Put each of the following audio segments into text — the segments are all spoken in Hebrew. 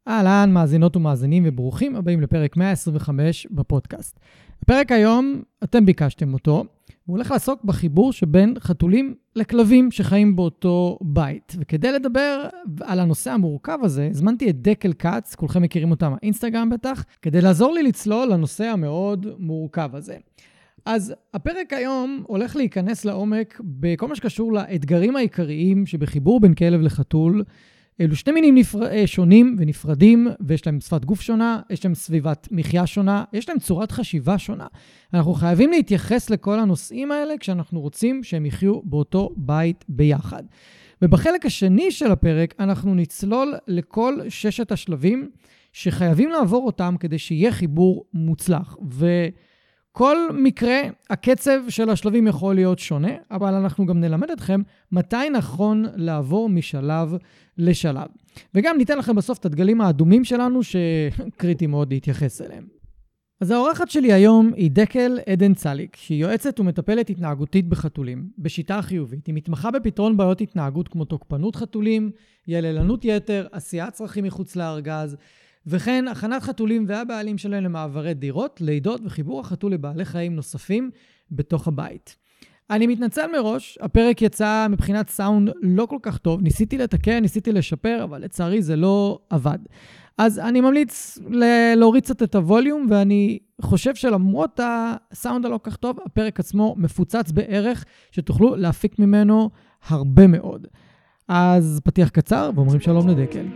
אהלן, מאזינות ומאזינים וברוכים הבאים לפרק 125 בפודקאסט. הפרק היום, אתם ביקשתם אותו, הוא הולך לעסוק בחיבור שבין חתולים לכלבים שחיים באותו בית. וכדי לדבר על הנושא המורכב הזה, הזמנתי את דקל קץ, כולכם מכירים אותם מהאינסטגרם בטח, כדי לעזור לי לצלול לנושא המאוד מורכב הזה. אז הפרק היום הולך להיכנס לעומק בכל מה שקשור לאתגרים העיקריים שבחיבור בין כלב לחתול. אלו שני מינים שונים ונפרדים, ויש להם שפת גוף שונה, יש להם סביבת מחיה שונה, יש להם צורת חשיבה שונה. אנחנו חייבים להתייחס לכל הנושאים האלה כשאנחנו רוצים שהם יחיו באותו בית ביחד. ובחלק השני של הפרק אנחנו נצלול לכל 6 השלבים שחייבים לעבור אותם כדי שיהיה חיבור מוצלח. כל מקרה, הקצב של השלבים יכול להיות שונה, אבל אנחנו גם נלמד אתכם מתי נכון לעבור משלב לשלב. וגם ניתן לכם בסוף את הדגלים האדומים שלנו, שקריטי מאוד להתייחס אליהם. אז האורחת שלי היום היא דקל עדן צליק, שהיא יועצת ומטפלת התנהגותית בחתולים, בשיטה חיובית. היא מתמחה בפתרון בעיות התנהגות כמו תוקפנות חתולים, יללנות יתר, עשיית צרכים מחוץ לארגז, וכן הכנת חתולים והבעלים שלהם למעברי דירות, לידות וחיבור החתול לבעלי חיים נוספים בתוך הבית. אני מתנצל מראש, הפרק יצא מבחינת סאונד לא כל כך טוב, ניסיתי לתקן, ניסיתי לשפר, אבל לצערי זה לא עבד. אז אני ממליץ להוריד קצת את הווליום, ואני חושב שלמרות הסאונד הלא כך טוב, הפרק עצמו מפוצץ בערך שתוכלו להפיק ממנו הרבה מאוד. אז פתיח קצר ואומרים שלום לדקל.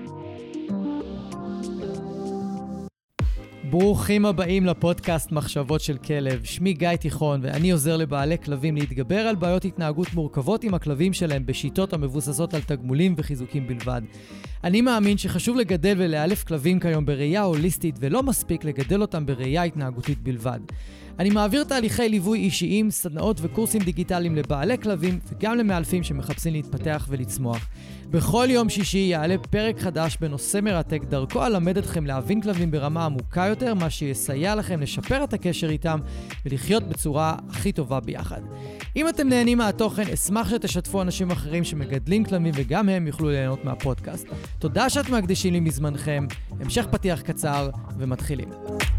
ברוכים הבאים לפודקאסט מחשבות של כלב. שמי גיא תיכון ואני עוזר לבעלי כלבים להתגבר על בעיות התנהגות מורכבות עם הכלבים שלהם בשיטות המבוססות על תגמולים וחיזוקים בלבד. אני מאמין שחשוב לגדל ולאלף כלבים כיום בראייה הוליסטית ולא מספיק לגדל אותם בראייה התנהגותית בלבד. אני מעביר תהליכי ליווי אישיים, סדנאות וקורסים דיגיטליים לבעלי כלבים וגם למאלפים שמחפשים להתפתח ולצמוח. בכל יום שישי יעלה פרק חדש בנושא מרתק, דרכו אלמד אתכם להבין כלבים ברמה עמוקה יותר, מה שיסייע לכם לשפר את הקשר איתם ולחיות בצורה הכי טובה ביחד. אם אתם נהנים מהתוכן, אשמח שתשתפו אנשים אחרים שמגדלים כלבים וגם הם יוכלו ליהנות מהפודקאסט. תודה שאתם מקדישים לי מזמנכם, המשך פתיח קצר ומתחילים.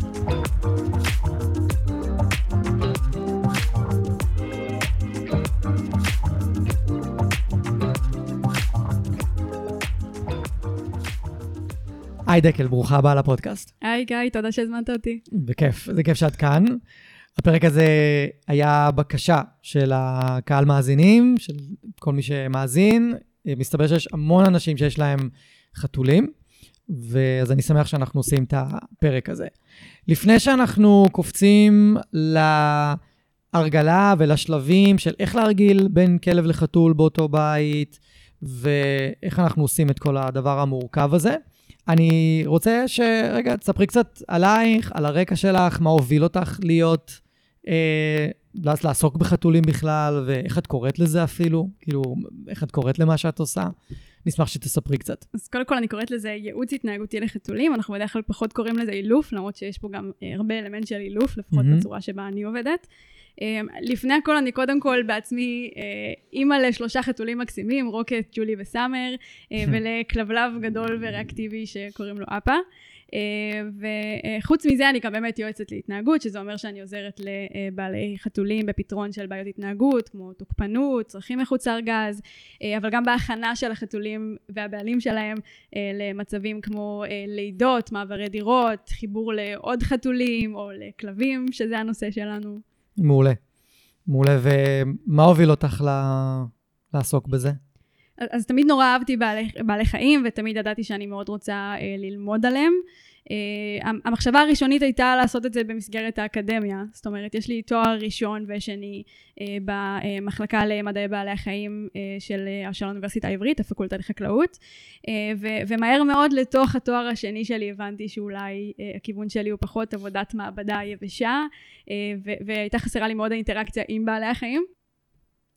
היי דקל, ברוכה הבאה לפודקאסט. היי גיא, תודה שהזמנת אותי. בכיף, זה כיף שאת כאן. הפרק הזה היה בקשה של הקהל מאזינים, של כל מי שמאזין. מסתבר שיש המון אנשים שיש להם חתולים, אז אני שמח שאנחנו עושים את הפרק הזה. לפני שאנחנו קופצים להרגלה ולשלבים של איך להרגיל בין כלב לחתול באותו בית, ואיך אנחנו עושים את כל הדבר המורכב הזה, אני רוצה שרגע תספרי קצת עלייך, על הרקע שלך, מה הוביל אותך להיות, לעסוק בחתולים בכלל, ואיך את קוראת לזה אפילו, כאילו, איך את קוראת למה שאת עושה. נשמח שתספרי קצת. אז קודם כל אני קוראת לזה ייעוץ התנהגותי לחתולים, אנחנו בדרך כלל פחות קוראים לזה אילוף, למרות שיש פה גם הרבה אלמנט של אילוף, לפחות בצורה שבה אני עובדת. לפני הכל אני קודם כל בעצמי אימא ל3 חתולים מקסימים, רוקט, ג'ולי וסאמר, ולכלבלב גדול וריאקטיבי שקוראים לו אפה. וחוץ מזה אני גם באמת יועצת להתנהגות, שזה אומר שאני עוזרת לבעלי חתולים בפתרון של בעיות התנהגות, כמו תוקפנות, צרכים מחוץ לארגז, אבל גם בהכנה של החתולים והבעלים שלהם למצבים כמו לידות, מעברי דירות, חיבור לעוד חתולים או לכלבים, שזה הנושא שלנו. מעולה. מעולה. ומה הוביל אותך לעסוק בזה? אז תמיד נורא אהבתי בעלי חיים, ותמיד ידעתי שאני מאוד רוצה ללמוד עליהם. המחשבה הראשונית הייתה לעשות את זה במסגרת האקדמיה. זאת אומרת, יש לי תואר ראשון ושני במחלקה למדעי בעלי החיים של האוניברסיטה העברית, הפקולטה לחקלאות. ומהר מאוד לתוך התואר השני שלי הבנתי שאולי הכיוון שלי הוא פחות עבודת מעבדה יבשה, והייתה חסרה לי מאוד האינטראקציה עם בעלי החיים.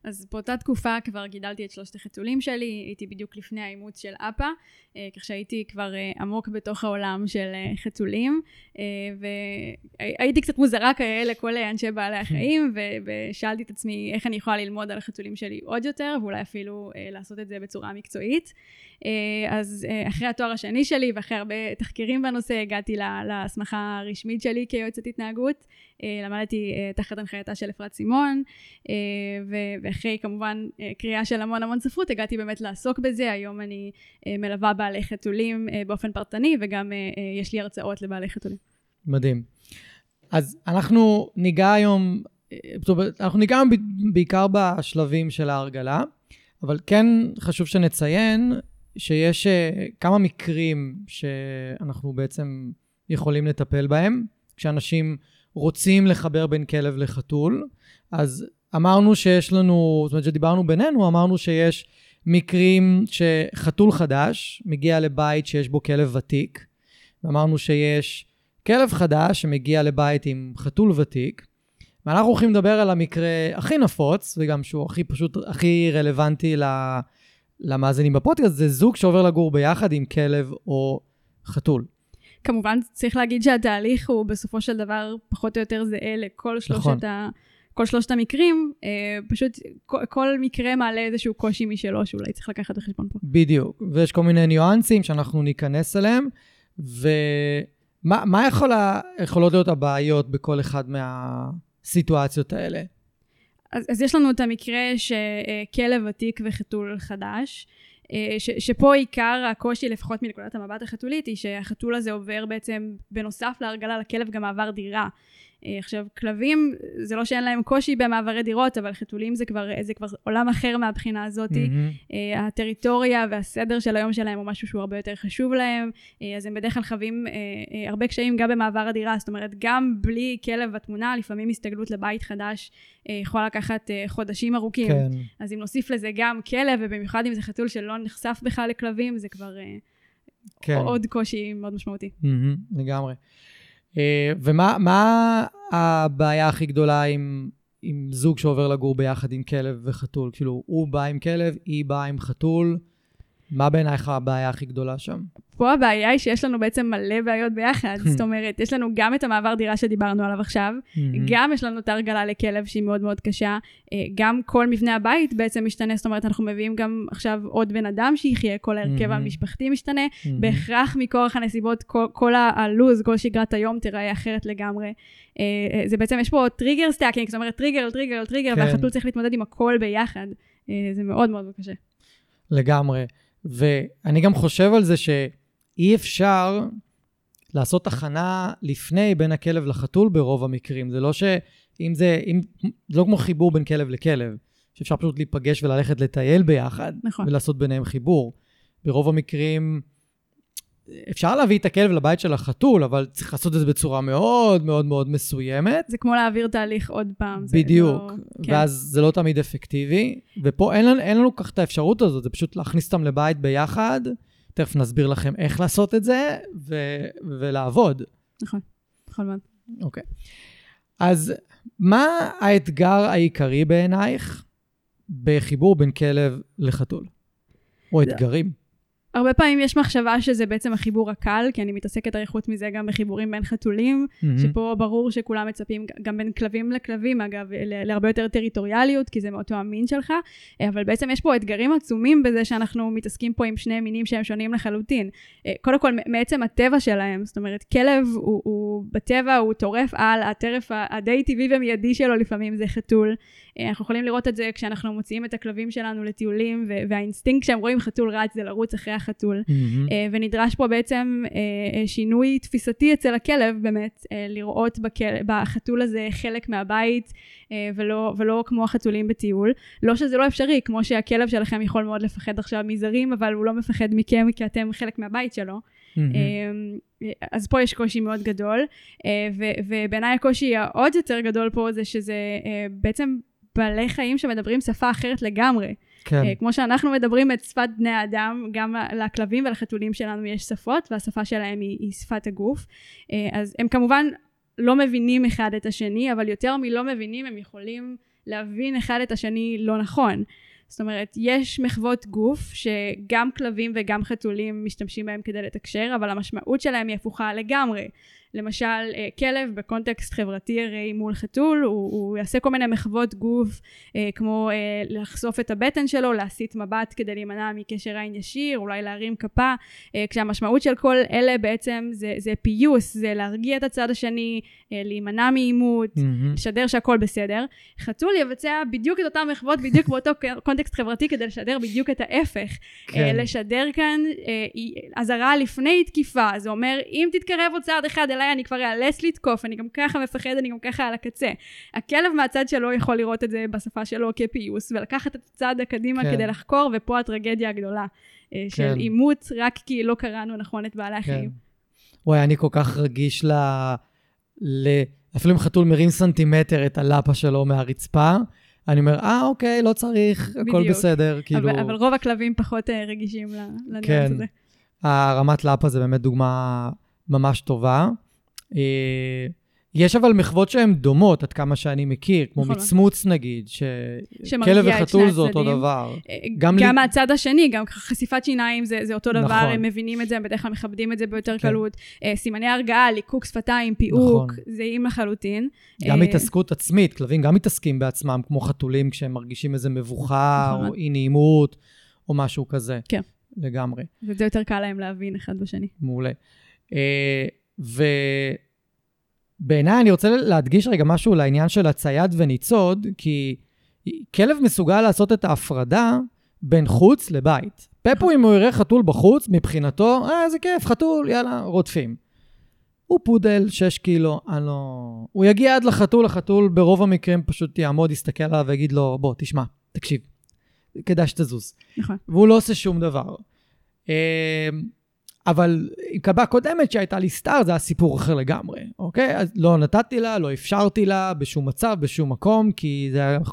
אז באותה תקופה כבר גידלתי את 3 החתולים שלי, הייתי בדיוק לפני האימוץ של אפה, כך שהייתי כבר עמוק בתוך העולם של חתולים, והייתי קצת מוזרה כאלה לכל אנשי בעלי החיים, ושאלתי את עצמי איך אני יכולה ללמוד על החתולים שלי עוד יותר, ואולי אפילו לעשות את זה בצורה מקצועית. אז אחרי התואר השני שלי, ואחרי הרבה תחקירים בנושא, הגעתי להסמכה הרשמית שלי כיועצת התנהגות, למדתי תחת הנחייתה של אפרת סימון, ואחרי כמובן קריאה של המון ספרות, הגעתי באמת לעסוק בזה. היום אני מלווה בעלי חתולים באופן פרטני, וגם יש לי הרצאות לבעלי חתולים. מדהים. אז אנחנו ניגע היום, בעיקר בשלבים של ההרגלה, אבל כן חשוב שנציין שיש כמה מקרים שאנחנו בעצם יכולים לטפל בהם, כשאנשים רוצים לחבר בין כלב לחתול. אז אמרנו שיש לנו, זאת אומרת שדיברנו בינינו, אמרנו שיש מקרים שחתול חדש מגיע לבית שיש בו כלב ותיק, ואמרנו שיש כלב חדש שמגיע לבית עם חתול ותיק, ואנחנו הולכים לדבר על המקרה הכי נפוץ, וגם שהוא הכי פשוט, הכי רלוונטי למאזינים בפודקאסט, זה זוג שעובר לגור ביחד עם כלב או חתול. כמובן צריך להגיד שהתהליך הוא בסופו של דבר פחות או יותר זהה לכל שלושת המקרים, פשוט כל מקרה מעלה איזשהו קושי משלו שאולי צריך לקחת בחשבון פה. בדיוק, ויש כל מיני ניואנסים שאנחנו ניכנס אליהם, ומה יכולות להיות הבעיות בכל אחד מהסיטואציות האלה? אז יש לנו את המקרה שכלב ותיק וחתול חדש, שפה עיקר הקושי, לפחות מנקודת המבט החתולית, היא שהחתול הזה עובר בעצם, בנוסף להרגלה לכלב, גם מעבר דירה. עכשיו, כלבים, זה לא שאין להם קושי במעברי דירות, אבל חתולים זה כבר עולם אחר מהבחינה הזאת. הטריטוריה והסדר של היום שלהם הוא משהו שהוא הרבה יותר חשוב להם, אז הם בדרך כלל חווים הרבה קשיים גם במעבר הדירה, זאת אומרת, גם בלי כלב בתמונה, לפעמים הסתגלות לבית חדש יכולה לקחת חודשים ארוכים. כן. אז אם נוסיף לזה גם כלב, ובמיוחד אם זה חתול שלא נחשף בכלל לכלבים, זה כבר כן. עוד קושי מאוד משמעותי. לגמרי. ומה הבעיה הכי גדולה עם זוג שעובר לגור ביחד עם כלב וחתול? כאילו, הוא בא עם כלב, היא באה עם חתול. מה בעינייך הבעיה הכי גדולה שם? פה הבעיה היא שיש לנו בעצם מלא בעיות ביחד. זאת אומרת, יש לנו גם את המעבר דירה שדיברנו עליו עכשיו, גם יש לנו את הרגלה לכלב שהיא מאוד מאוד קשה, גם כל מבנה הבית בעצם משתנה, זאת אומרת, אנחנו מביאים גם עכשיו עוד בן אדם שיחיה, כל ההרכב המשפחתי משתנה, בהכרח מכורח הנסיבות, כל הלוז, כל שגרת היום תראה אחרת לגמרי. זה בעצם, יש פה טריגר סטאקינג, זאת אומרת, טריגר, והחתול צריך להתמודד עם הכל ביחד. זה מאוד מאוד קשה. לגמרי. ואני גם חושב על זה שאי אפשר לעשות הכנה לפני בין הכלב לחתול ברוב המקרים. זה לא שאם זה לא כמו חיבור בין כלב לכלב, שאפשר פשוט להיפגש וללכת לטייל ביחד, נכון. ולעשות ביניהם חיבור. ברוב המקרים אפשר להביא את הכלב לבית של החתול, אבל צריך לעשות את זה בצורה מאוד מאוד מאוד מסוימת. זה כמו להעביר תהליך עוד פעם. בדיוק, לא... ואז זה לא תמיד אפקטיבי, ופה אין לנו כך את האפשרות הזאת, זה פשוט להכניס אותם לבית ביחד, תכף נסביר לכם איך לעשות את זה, ולעבוד. נכון, נכון מאוד. אוקיי. אז מה האתגר העיקרי בעינייך בחיבור בין כלב לחתול? או אתגרים? הרבה פעמים יש מחשבה שזה בעצם החיבור הקל, כי אני מתעסקת אריכות מזה גם בחיבורים בין חתולים, שפה ברור שכולם מצפים גם בין כלבים לכלבים, אגב, להרבה יותר טריטוריאליות, כי זה מאותו המין שלך, אבל בעצם יש פה אתגרים עצומים בזה שאנחנו מתעסקים פה עם שני מינים שהם שונים לחלוטין. קודם כל, מעצם הטבע שלהם, זאת אומרת, כלב הוא בטבע, הוא טורף על, הטרף הדי טבעי ומיידי שלו לפעמים זה חתול. אנחנו יכולים לראות את זה כשאנחנו מוציאים את הכלבים שלנו לטיולים, והאינסטינקט שהם רואים חתול רץ זה לרוץ אחרי החתול. ונדרש פה בעצם שינוי תפיסתי אצל הכלב, באמת, לראות בחתול הזה חלק מהבית, ולא כמו החתולים בטיול. לא שזה לא אפשרי, כמו שהכלב שלכם יכול מאוד לפחד עכשיו מזרים, אבל הוא לא מפחד מכם, כי אתם חלק מהבית שלו. אז פה יש קושי מאוד גדול, ובעיניי הקושי העוד יותר גדול פה זה שזה בעצם בעלי חיים שמדברים שפה אחרת לגמרי. כן. כמו שאנחנו מדברים את שפת בני האדם, גם לכלבים ולחתולים שלנו יש שפות, והשפה שלהם היא שפת הגוף. אז הם כמובן לא מבינים אחד את השני, אבל יותר מלא מבינים, הם יכולים להבין אחד את השני לא נכון. זאת אומרת, יש מחוות גוף שגם כלבים וגם חתולים משתמשים בהם כדי לתקשר, אבל המשמעות שלהם היא הפוכה לגמרי. למשל, כלב בקונטקסט חברתי הרי מול חתול, הוא יעשה כל מיני מחוות גוף, כמו לחשוף את הבטן שלו, להסיט מבט כדי להימנע מקשר עין ישיר, אולי להרים כפה, כשהמשמעות של כל אלה בעצם זה פיוס, זה להרגיע את הצד השני, להימנע מאימות, לשדר שהכל בסדר. חתול יבצע בדיוק את אותם מחוות, בדיוק באותו קונטקסט חברתי, כדי לשדר בדיוק את ההפך. לשדר כאן עזרה לפני תקיפה, זה אומר, אם תתקרב עוד צעד אחד אליי, אני כבר אאלץ לתקוף, אני גם ככה מפחד, אני גם ככה על הקצה. הכלב מהצד שלו יכול לראות את זה בשפה שלו כפיוס, ולקחת את הצד הקדימה כדי לחקור, ופה הטרגדיה הגדולה של אימות, רק כי לא קראנו נכון את בעלי החיים. וואי, אני כל כך רגיש אפילו אם חתול מרים סנטימטר את הלאפה שלו מהרצפה, אני אומר, אוקיי, לא צריך, הכל בסדר. אבל רוב הכלבים פחות רגישים לניואנס הזה. הרמת לאפה זה באמת דוגמה ממש טובה. יש אבל מחוות שהן דומות, עד כמה שאני מכיר, כמו מצמוץ נגיד, שכלב וחתול זה אותו דבר. גם מהצד השני, גם חשיפת שיניים זה אותו דבר, הם מבינים את זה, הם בדרך כלל מכבדים את זה ביותר קלות. סימני הרגעה, ליקוק שפתיים, פיוק, זה עם לחלוטין. גם התעסקות עצמית, כלבים גם מתעסקים בעצמם, כמו חתולים, כשהם מרגישים איזה מבוכה, או אי נעימות, או משהו כזה. כן. לגמרי. וזה יותר קל להם להבין אחד בשני. מעולה. בעיניי אני רוצה להדגיש רגע משהו לעניין של הצייד וניצוד, כי כלב מסוגל לעשות את ההפרדה בין חוץ לבית. פפו אם הוא יראה חתול בחוץ, מבחינתו, זה כיף, חתול, יאללה, רודפים. הוא פודל, 6 קילו, הוא יגיע עד לחתול ברוב המקרים פשוט יעמוד, יסתכל עליו ויגיד לו, בוא, תשמע, תקשיב, כדאי שתזוז. נכון. והוא לא עושה שום דבר. אבל עם כלבה קודמת שהייתה לי סטאר, זה היה סיפור אחר לגמרי, אוקיי? אז לא נתתי לה, לא אפשרתי לה בשום מצב, בשום מקום, כי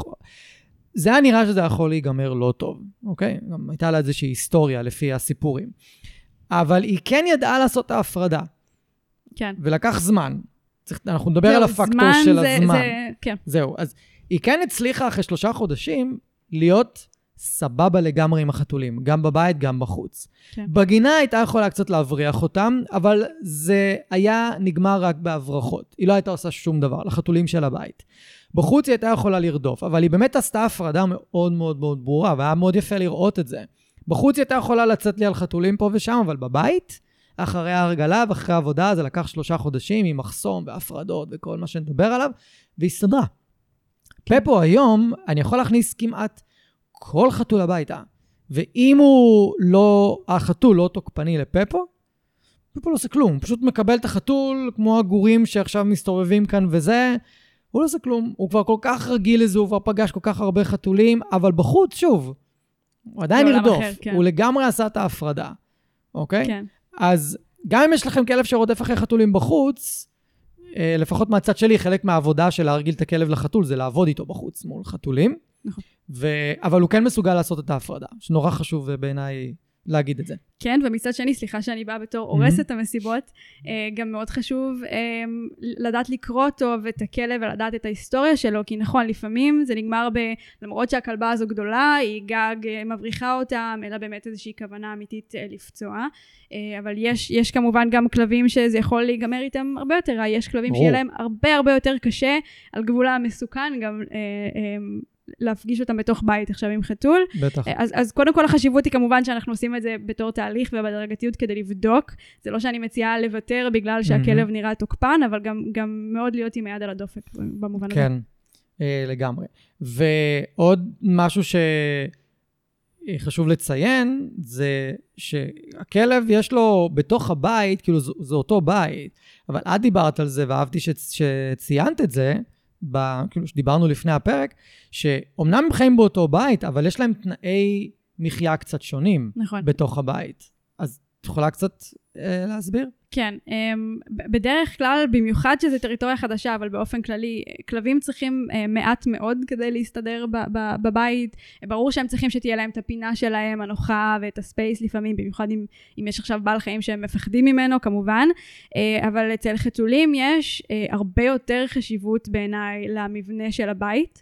זה היה נראה שזה יכול להיגמר לא טוב, אוקיי? גם הייתה לה איזושהי היסטוריה לפי הסיפורים. אבל היא כן ידעה לעשות את ההפרדה. כן. ולקח זמן. אנחנו נדבר על הפקטור של הזמן. כן. זהו, אז היא כן הצליחה אחרי 3 חודשים להיות סבבה לגמרי עם החתולים, גם בבית, גם בחוץ. כן. בגינה הייתה יכולה קצת להבריח אותם, אבל זה היה נגמר רק בהברחות. היא לא הייתה עושה שום דבר לחתולים של הבית. בחוץ היא הייתה יכולה לרדוף, אבל היא באמת עשתה הפרדה מאוד מאוד מאוד ברורה, והיה מאוד יפה לראות את זה. בחוץ היא הייתה יכולה לצאת לי על חתולים פה ושם, אבל בבית, אחרי ההרגלה ואחרי העבודה, זה לקח 3 חודשים עם מחסום והפרדות וכל מה שנדבר עליו, והיא סדרה. כן. פפו היום, אני יכול להכניס כמעט כל חתול הביתה, ואם החתול לא תוקפני לפפו, פפו לא עושה כלום, הוא פשוט מקבל את החתול, כמו הגורים שעכשיו מסתובבים כאן וזה, הוא לא עושה כלום, הוא כבר כל כך רגיל לזה, הוא כבר פגש כל כך הרבה חתולים, אבל בחוץ, שוב, הוא עדיין ירדוף, כן. הוא לגמרי עשה את ההפרדה, אוקיי? כן. אז גם אם יש לכם כלב שרודף אחרי חתולים בחוץ, לפחות מהצד שלי, חלק מהעבודה של להרגיל את הכלב לחתול, זה לעבוד איתו בחוץ מול חתולים, נכון. אבל הוא כן מסוגל לעשות את ההפרדה, שנורא חשוב בעיניי להגיד את זה. כן, ומצד שני, סליחה שאני באה בתור הורסת המסיבות, גם מאוד חשוב לדעת לקרוא טוב את הכלב ולדעת את ההיסטוריה שלו, כי נכון, לפעמים זה נגמר למרות שהכלבה הזו גדולה, היא גג מבריחה אותם, אלא באמת איזושהי כוונה אמיתית לפצוע, אבל יש כמובן גם כלבים שזה יכול להיגמר איתם הרבה יותר רע, יש כלבים שיהיה להם הרבה הרבה יותר קשה, על גבול המסוכן, גם להפגיש אותם בתוך בית עכשיו עם חתול. בטח. אז קודם כל החשיבות היא כמובן שאנחנו עושים את זה בתור תהליך ובדרגתיות כדי לבדוק. זה לא שאני מציעה לוותר בגלל שהכלב נראה תוקפן, אבל גם מאוד להיות עם היד על הדופק במובן הזה. כן, לגמרי. ועוד משהו שחשוב לציין, זה שהכלב יש לו בתוך הבית, כאילו זה אותו בית, אבל את דיברת על זה ואהבתי שציינת את זה, כאילו שדיברנו לפני הפרק, שאומנם הם חיים באותו בית, אבל יש להם תנאי מחיה קצת שונים נכון. בתוך הבית. אז את יכולה קצת להסביר? כן, בדרך כלל, במיוחד שזה טריטוריה חדשה, אבל באופן כללי, כלבים צריכים מעט מאוד כדי להסתדר בבית. ברור שהם צריכים שתהיה להם את הפינה שלהם, הנוחה ואת הספייס לפעמים, במיוחד אם יש עכשיו בעל חיים שהם מפחדים ממנו, כמובן. אבל אצל חתולים יש הרבה יותר חשיבות בעיניי למבנה של הבית.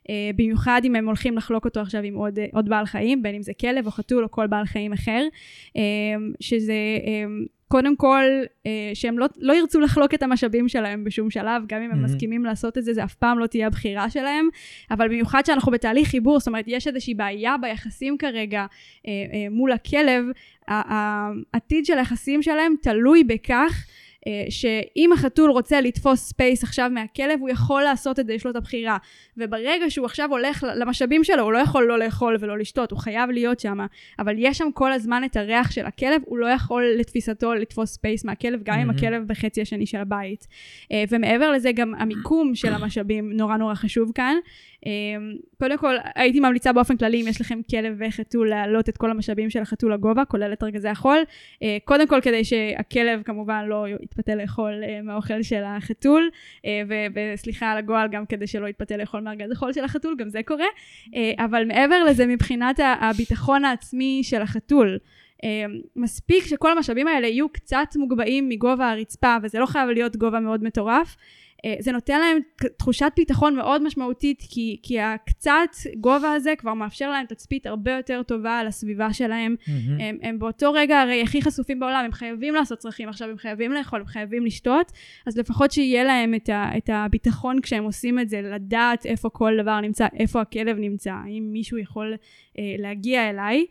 במיוחד אם הם הולכים לחלוק אותו עכשיו עם עוד בעל חיים, בין אם זה כלב או חתול או כל בעל חיים אחר, שזה קודם כל שהם לא ירצו לחלוק את המשאבים שלהם בשום שלב, גם אם הם מסכימים לעשות את זה, זה אף פעם לא תהיה הבחירה שלהם, אבל במיוחד שאנחנו בתהליך חיבור, זאת אומרת, יש איזושהי בעיה ביחסים כרגע מול הכלב, העתיד של היחסים שלהם תלוי בכך, שאם החתול רוצה לתפוס ספייס עכשיו מהכלב, הוא יכול לעשות את זה, יש לו את הבחירה. וברגע שהוא עכשיו הולך למשאבים שלו, הוא לא יכול לא לאכול ולא לשתות, הוא חייב להיות שם. אבל יש שם כל הזמן את הריח של הכלב, הוא לא יכול לתפיסתו לתפוס ספייס מהכלב, גם עם הכלב בחצי השני של הבית. ומעבר לזה גם המיקום של המשאבים נורא נורא חשוב כאן. קודם כל, הייתי ממליצה באופן כללי, אם יש לכם כלב וחתול, להעלות את כל המשאבים של החתול לגובה, כולל את ארגזי החול. קודם כל, כדי שהכלב כמובן לא יתפתה לאכול מהאוכל של החתול, וסליחה על הגועל, גם כדי שלא יתפתה לאכול מארגז החול של החתול, גם זה קורה. אבל מעבר לזה, מבחינת הביטחון העצמי של החתול, מספיק שכל המשאבים האלה יהיו קצת מוגבהים מגובה הרצפה, וזה לא חייב להיות גובה מאוד מטורף, זה נותן להם תחושת ביטחון מאוד משמעותית, כי הקצת גובה הזה כבר מאפשר להם תצפית הרבה יותר טובה על הסביבה שלהם. הם באותו רגע הרי הכי חשופים בעולם, הם חייבים לעשות צרכים, עכשיו הם חייבים לאכול, הם חייבים לשתות, אז לפחות שיהיה להם את הביטחון כשהם עושים את זה, לדעת איפה כל דבר נמצא, איפה הכלב נמצא, האם מישהו יכול להגיע אליי.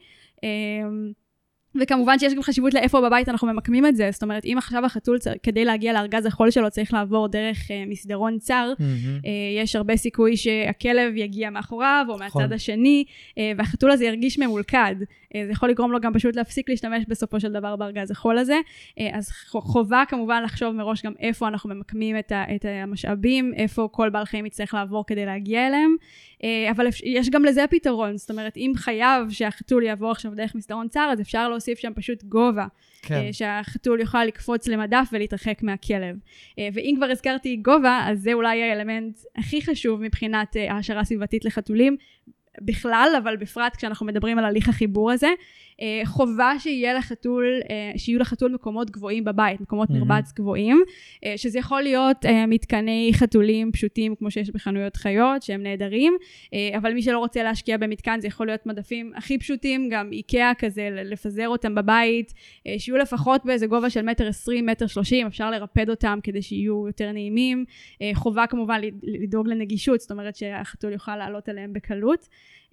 וכמובן שיש גם חשיבות לאיפה בבית אנחנו ממקמים את זה, זאת אומרת, אם עכשיו החתול כדי להגיע לארגז החול שלו צריך לעבור דרך מסדרון צר, יש הרבה סיכוי שהכלב יגיע מאחוריו או מהצד השני, והחתול הזה ירגיש ממולכד, זה יכול לגרום לו גם פשוט להפסיק להשתמש בסופו של דבר בארגז החול הזה, אז חובה כמובן לחשוב מראש גם איפה אנחנו ממקמים את המשאבים, איפה כל בעל חיים יצטרך לעבור כדי להגיע אליהם, אבל יש גם לזה פתרון, זאת אומרת, אם חייב שהחתול יעבור עכשיו דרך מסדרון צר, אז אפשר להוסיף שם פשוט גובה, שהחתול יוכל לקפוץ למדף ולהתרחק מהכלב. ואם כבר הזכרתי גובה, אז זה אולי האלמנט הכי חשוב מבחינת העשרה סביבתית לחתולים, בכלל, אבל בפרט כשאנחנו מדברים על הליך החיבור הזה, חובה שיהיו לחתול מקומות גבוהים בבית, מקומות מרבץ גבוהים, שזה יכול להיות מתקני חתולים פשוטים כמו שיש בחנויות חיות, שהם נהדרים, אבל מי שלא רוצה להשקיע במתקן, זה יכול להיות מדפים הכי פשוטים, גם איקאה כזה, לפזר אותם בבית, שיהיו לפחות באיזה גובה של 1.20 1.30, אפשר לרפד אותם כדי שיהיו יותר נעימים, חובה כמובן לדאוג לנגישות, זאת אומרת שהחתול יוכל לעלות עליהם בקלות,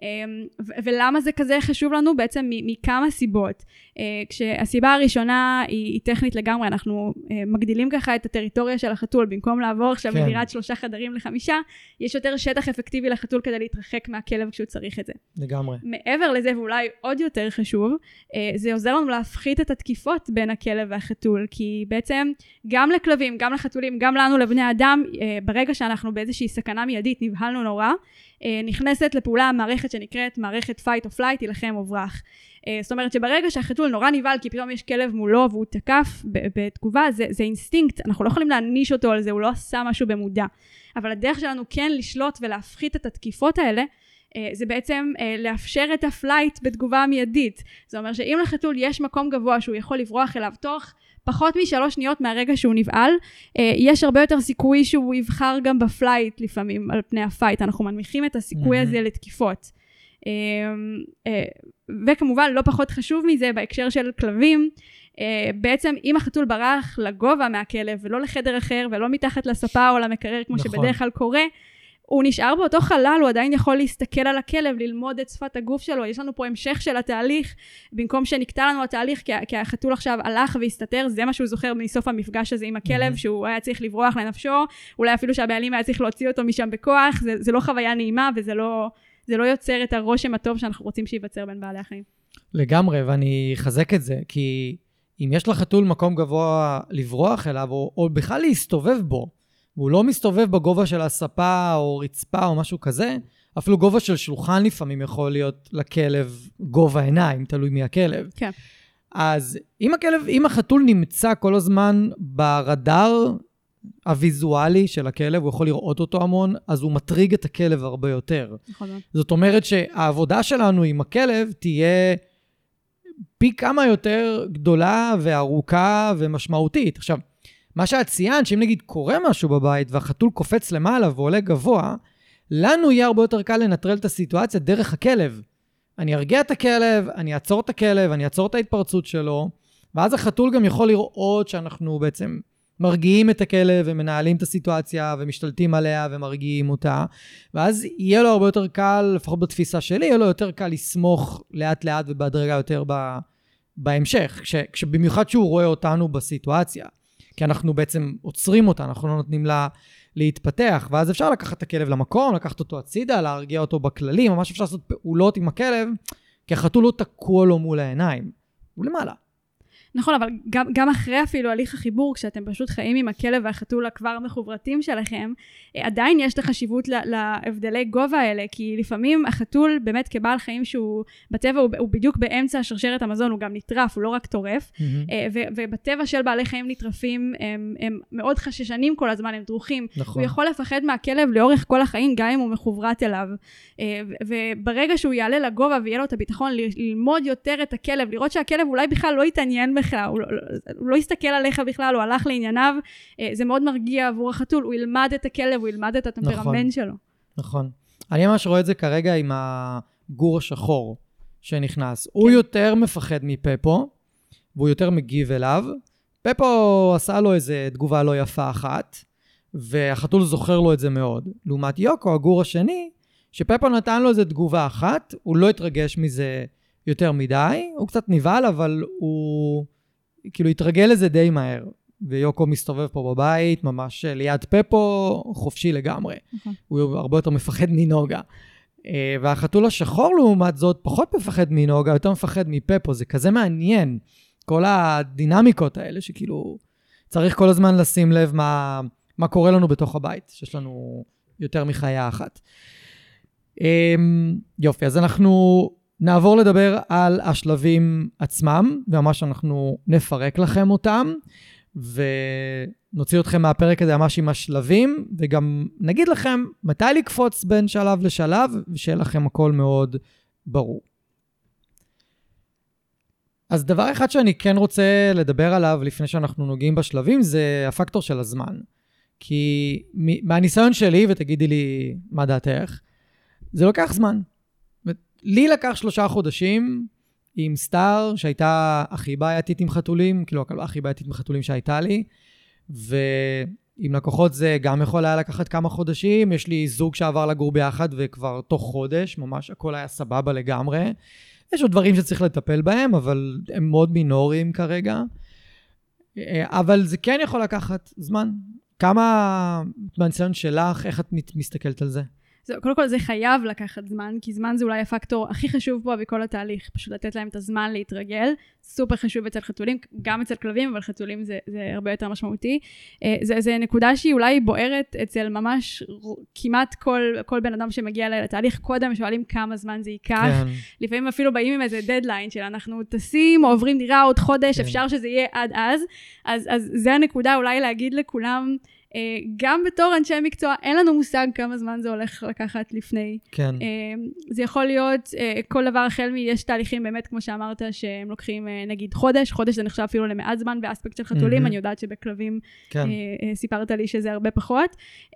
ולמה זה כזה חשוב לנו? בעצם מכמה סיבות. כשהסיבה הראשונה היא טכנית לגמרי, אנחנו מגדילים ככה את הטריטוריה של החתול, במקום לעבור עכשיו מדירת 3 חדרים ל5, יש יותר שטח אפקטיבי לחתול כדי להתרחק מהכלב כשהוא צריך את זה. לגמרי. מעבר לזה, ואולי עוד יותר חשוב, זה עוזר לנו להפחית את התקיפות בין הכלב והחתול, כי בעצם גם לכלבים, גם לחתולים, גם לנו לבני אדם, ברגע שאנחנו באיזושהי סכנה מיידית, נבהלנו נורא, נכנסת לפעולה מערכת שנקראת מערכת fight or flight, תילחם או ברח. זאת אומרת שברגע שהחתול נורא נבהל, כי פתאום יש כלב מולו והוא תקף בתגובה, זה אינסטינקט, אנחנו לא יכולים להעניש אותו על זה, הוא לא עשה משהו במודע. אבל הדרך שלנו כן לשלוט ולהפחית את התקיפות האלה, זה בעצם לאפשר את הפלייט בתגובה המיידית. זה אומר שאם לחתול יש מקום גבוה שהוא יכול לברוח אליו תוך פחות מ3 שניות מהרגע שהוא נבעל, יש הרבה יותר סיכוי שהוא יבחר גם בפלייט לפעמים על פני הפייט. אנחנו מנמיכים את הסיכוי הזה לתקיפות. וכמובן לא פחות חשוב מזה בהקשר של כלבים, בעצם אם החתול ברח לגובה מהכלב ולא לחדר אחר ולא מתחת לספה או למקרר כמו שבדרך כלל קורה, הוא נשאר באותו חלל, הוא עדיין יכול להסתכל על הכלב, ללמוד את שפת הגוף שלו, יש לנו פה המשך של התהליך, במקום שנקטע לנו התהליך, כי החתול עכשיו הלך והסתתר, זה מה שהוא זוכר מסוף המפגש הזה עם הכלב, שהוא היה צריך לברוח לנפשו, אולי אפילו שהבעלים היה צריך להוציא אותו משם בכוח, זה לא חוויה נעימה, וזה לא יוצר את הרושם הטוב שאנחנו רוצים שיווצר בין בעלי החיים. לגמרי, ואני אחזק את זה, כי אם יש לחתול מקום גבוה לברוח אליו, או בכלל להסתובב בו, והוא לא מסתובב בגובה של הספה או רצפה או משהו כזה, אפילו גובה של שולחן לפעמים יכול להיות לכלב גובה עיניים, תלוי מי הכלב. כן. אז אם החתול נמצא כל הזמן ברדאר הוויזואלי של הכלב, הוא יכול לראות אותו המון, אז הוא מטריג את הכלב הרבה יותר. נכון. זאת אומרת שהעבודה שלנו עם הכלב תהיה פי כמה יותר גדולה וארוכה ומשמעותית. עכשיו, מה שאת ציינת, שאם נגיד קורה משהו בבית והחתול קופץ למעלה ועולה גבוה, לנו יהיה הרבה יותר קל לנטרל את הסיטואציה דרך הכלב. אני ארגיע את הכלב, אני אעצור את הכלב, אני אעצור את ההתפרצות שלו, ואז החתול גם יכול לראות שאנחנו בעצם מרגיעים את הכלב ומנהלים את הסיטואציה ומשתלטים עליה ומרגיעים אותה, ואז יהיה לו הרבה יותר קל, לפחות בתפיסה שלי, יהיה לו יותר קל לסמוך לאט לאט ובהדרגה יותר בהמשך, כשבמיוחד שהוא רואה אותנו בסיטואציה, כי אנחנו בעצם עוצרים אותה, אנחנו לא נותנים לה להתפתח, ואז אפשר לקחת את הכלב למקום, לקחת אותו הצידה, להרגיע אותו בכללים, ממש אפשר לעשות פעולות עם הכלב, כי החתול לא תקוע לו מול העיניים, הוא למעלה. נכון, אבל גם אחרי אפילו הליך החיבור, כשאתם פשוט חיים עם הכלב והחתול הכבר מחוברתים שלכם, עדיין יש את החשיבות להבדלי גובה האלה, כי לפעמים החתול באמת כבעל חיים שהוא בטבע, הוא בדיוק באמצע שרשרת המזון, הוא גם נטרף, הוא לא רק טורף, ובטבע של בעלי חיים נטרפים, הם מאוד חששנים כל הזמן, הם דרוכים. הוא יכול לפחד מהכלב לאורך כל החיים, גם אם הוא מחוברת אליו. וברגע שהוא יעלה לגובה ויהיה לו את הביטחון, ללמוד יותר את הכלב, לראות שהכלב אולי בכלל לא יתעניין בכלל, הוא לא יסתכל עליך בכלל, הוא הלך לענייניו, זה מאוד מרגיע עבור החתול, הוא ילמד את הכלב, הוא ילמד את הטמפרמנט שלו. נכון. אני ממש רואה את זה כרגע עם הגור השחור שנכנס. הוא יותר מפחד מפפו, והוא יותר מגיב אליו. פפו עשה לו איזה תגובה לא יפה אחת, והחתול זוכר לו את זה מאוד. לעומת יוקו, הגור השני, שפפו נתן לו איזה תגובה אחת, הוא לא התרגש מזה יותר מדי, הוא קצת נבהל, אבל הוא כאילו התרגל לזה די מהר. ויוקו מסתובב פה בבית, ממש ליד פפו, חופשי לגמרי. הוא הרבה יותר מפחד מנוגה. והחתול השחור לעומת זאת, פחות מפחד מנוגה, יותר מפחד מפפו. זה כזה מעניין, כל הדינמיקות האלה, שכאילו צריך כל הזמן לשים לב מה קורה לנו בתוך הבית, שיש לנו יותר מחיה אחת. יופי, אז אנחנו נעבור לדבר על השלבים עצמם, וממש אנחנו נפרק לכם אותם, ונוציא אתכם מהפרק הזה ממש עם השלבים, וגם נגיד לכם מתי לקפוץ בין שלב לשלב, ושיהיה לכם הכל מאוד ברור. אז דבר אחד שאני כן רוצה לדבר עליו לפני שאנחנו נוגעים בשלבים, זה הפקטור של הזמן. כי מהניסיון שלי, ותגידי לי מה דעתך, זה לוקח זמן. לי לקח 3 חודשים עם סטאר, שהייתה הכי בעייתית עם חתולים, כאילו הכי בעייתית עם חתולים שהייתה לי, ועם לקוחות זה גם יכול היה לקחת כמה חודשים, יש לי זוג שעבר לגור ביחד, וכבר תוך חודש, ממש הכל היה סבבה לגמרי. יש עוד דברים שצריך לטפל בהם, אבל הם מאוד מינוריים כרגע. אבל זה כן יכול לקחת זמן. כמה מהניסיון שלך, איך את מסתכלת על זה? קודם כל זה חייב לקחת זמן, כי זמן זה אולי הפקטור הכי חשוב פה בכל התהליך, פשוט לתת להם את הזמן להתרגל, סופר חשוב אצל חתולים, גם אצל כלבים, אבל חתולים זה הרבה יותר משמעותי. זה נקודה שהיא אולי בוערת אצל ממש כמעט כל בן אדם שמגיע אליי לתהליך, קודם שואלים כמה זמן זה ייקח, לפעמים אפילו באים עם איזה דדליין של אנחנו טסים או עוברים דירה עוד חודש, אפשר שזה יהיה עד אז זה הנקודה אולי להגיד לכולם, גם בתור אנשי מקצוע, אין לנו מושג כמה זמן זה הולך לקחת לפני. כן. זה יכול להיות כל דבר החל יש תהליכים באמת, כמו שאמרת, שהם לוקחים נגיד חודש זה נחשב אפילו למעט זמן באספקט של חתולים, אני יודעת שבכלבים סיפרת לי שזה הרבה פחות.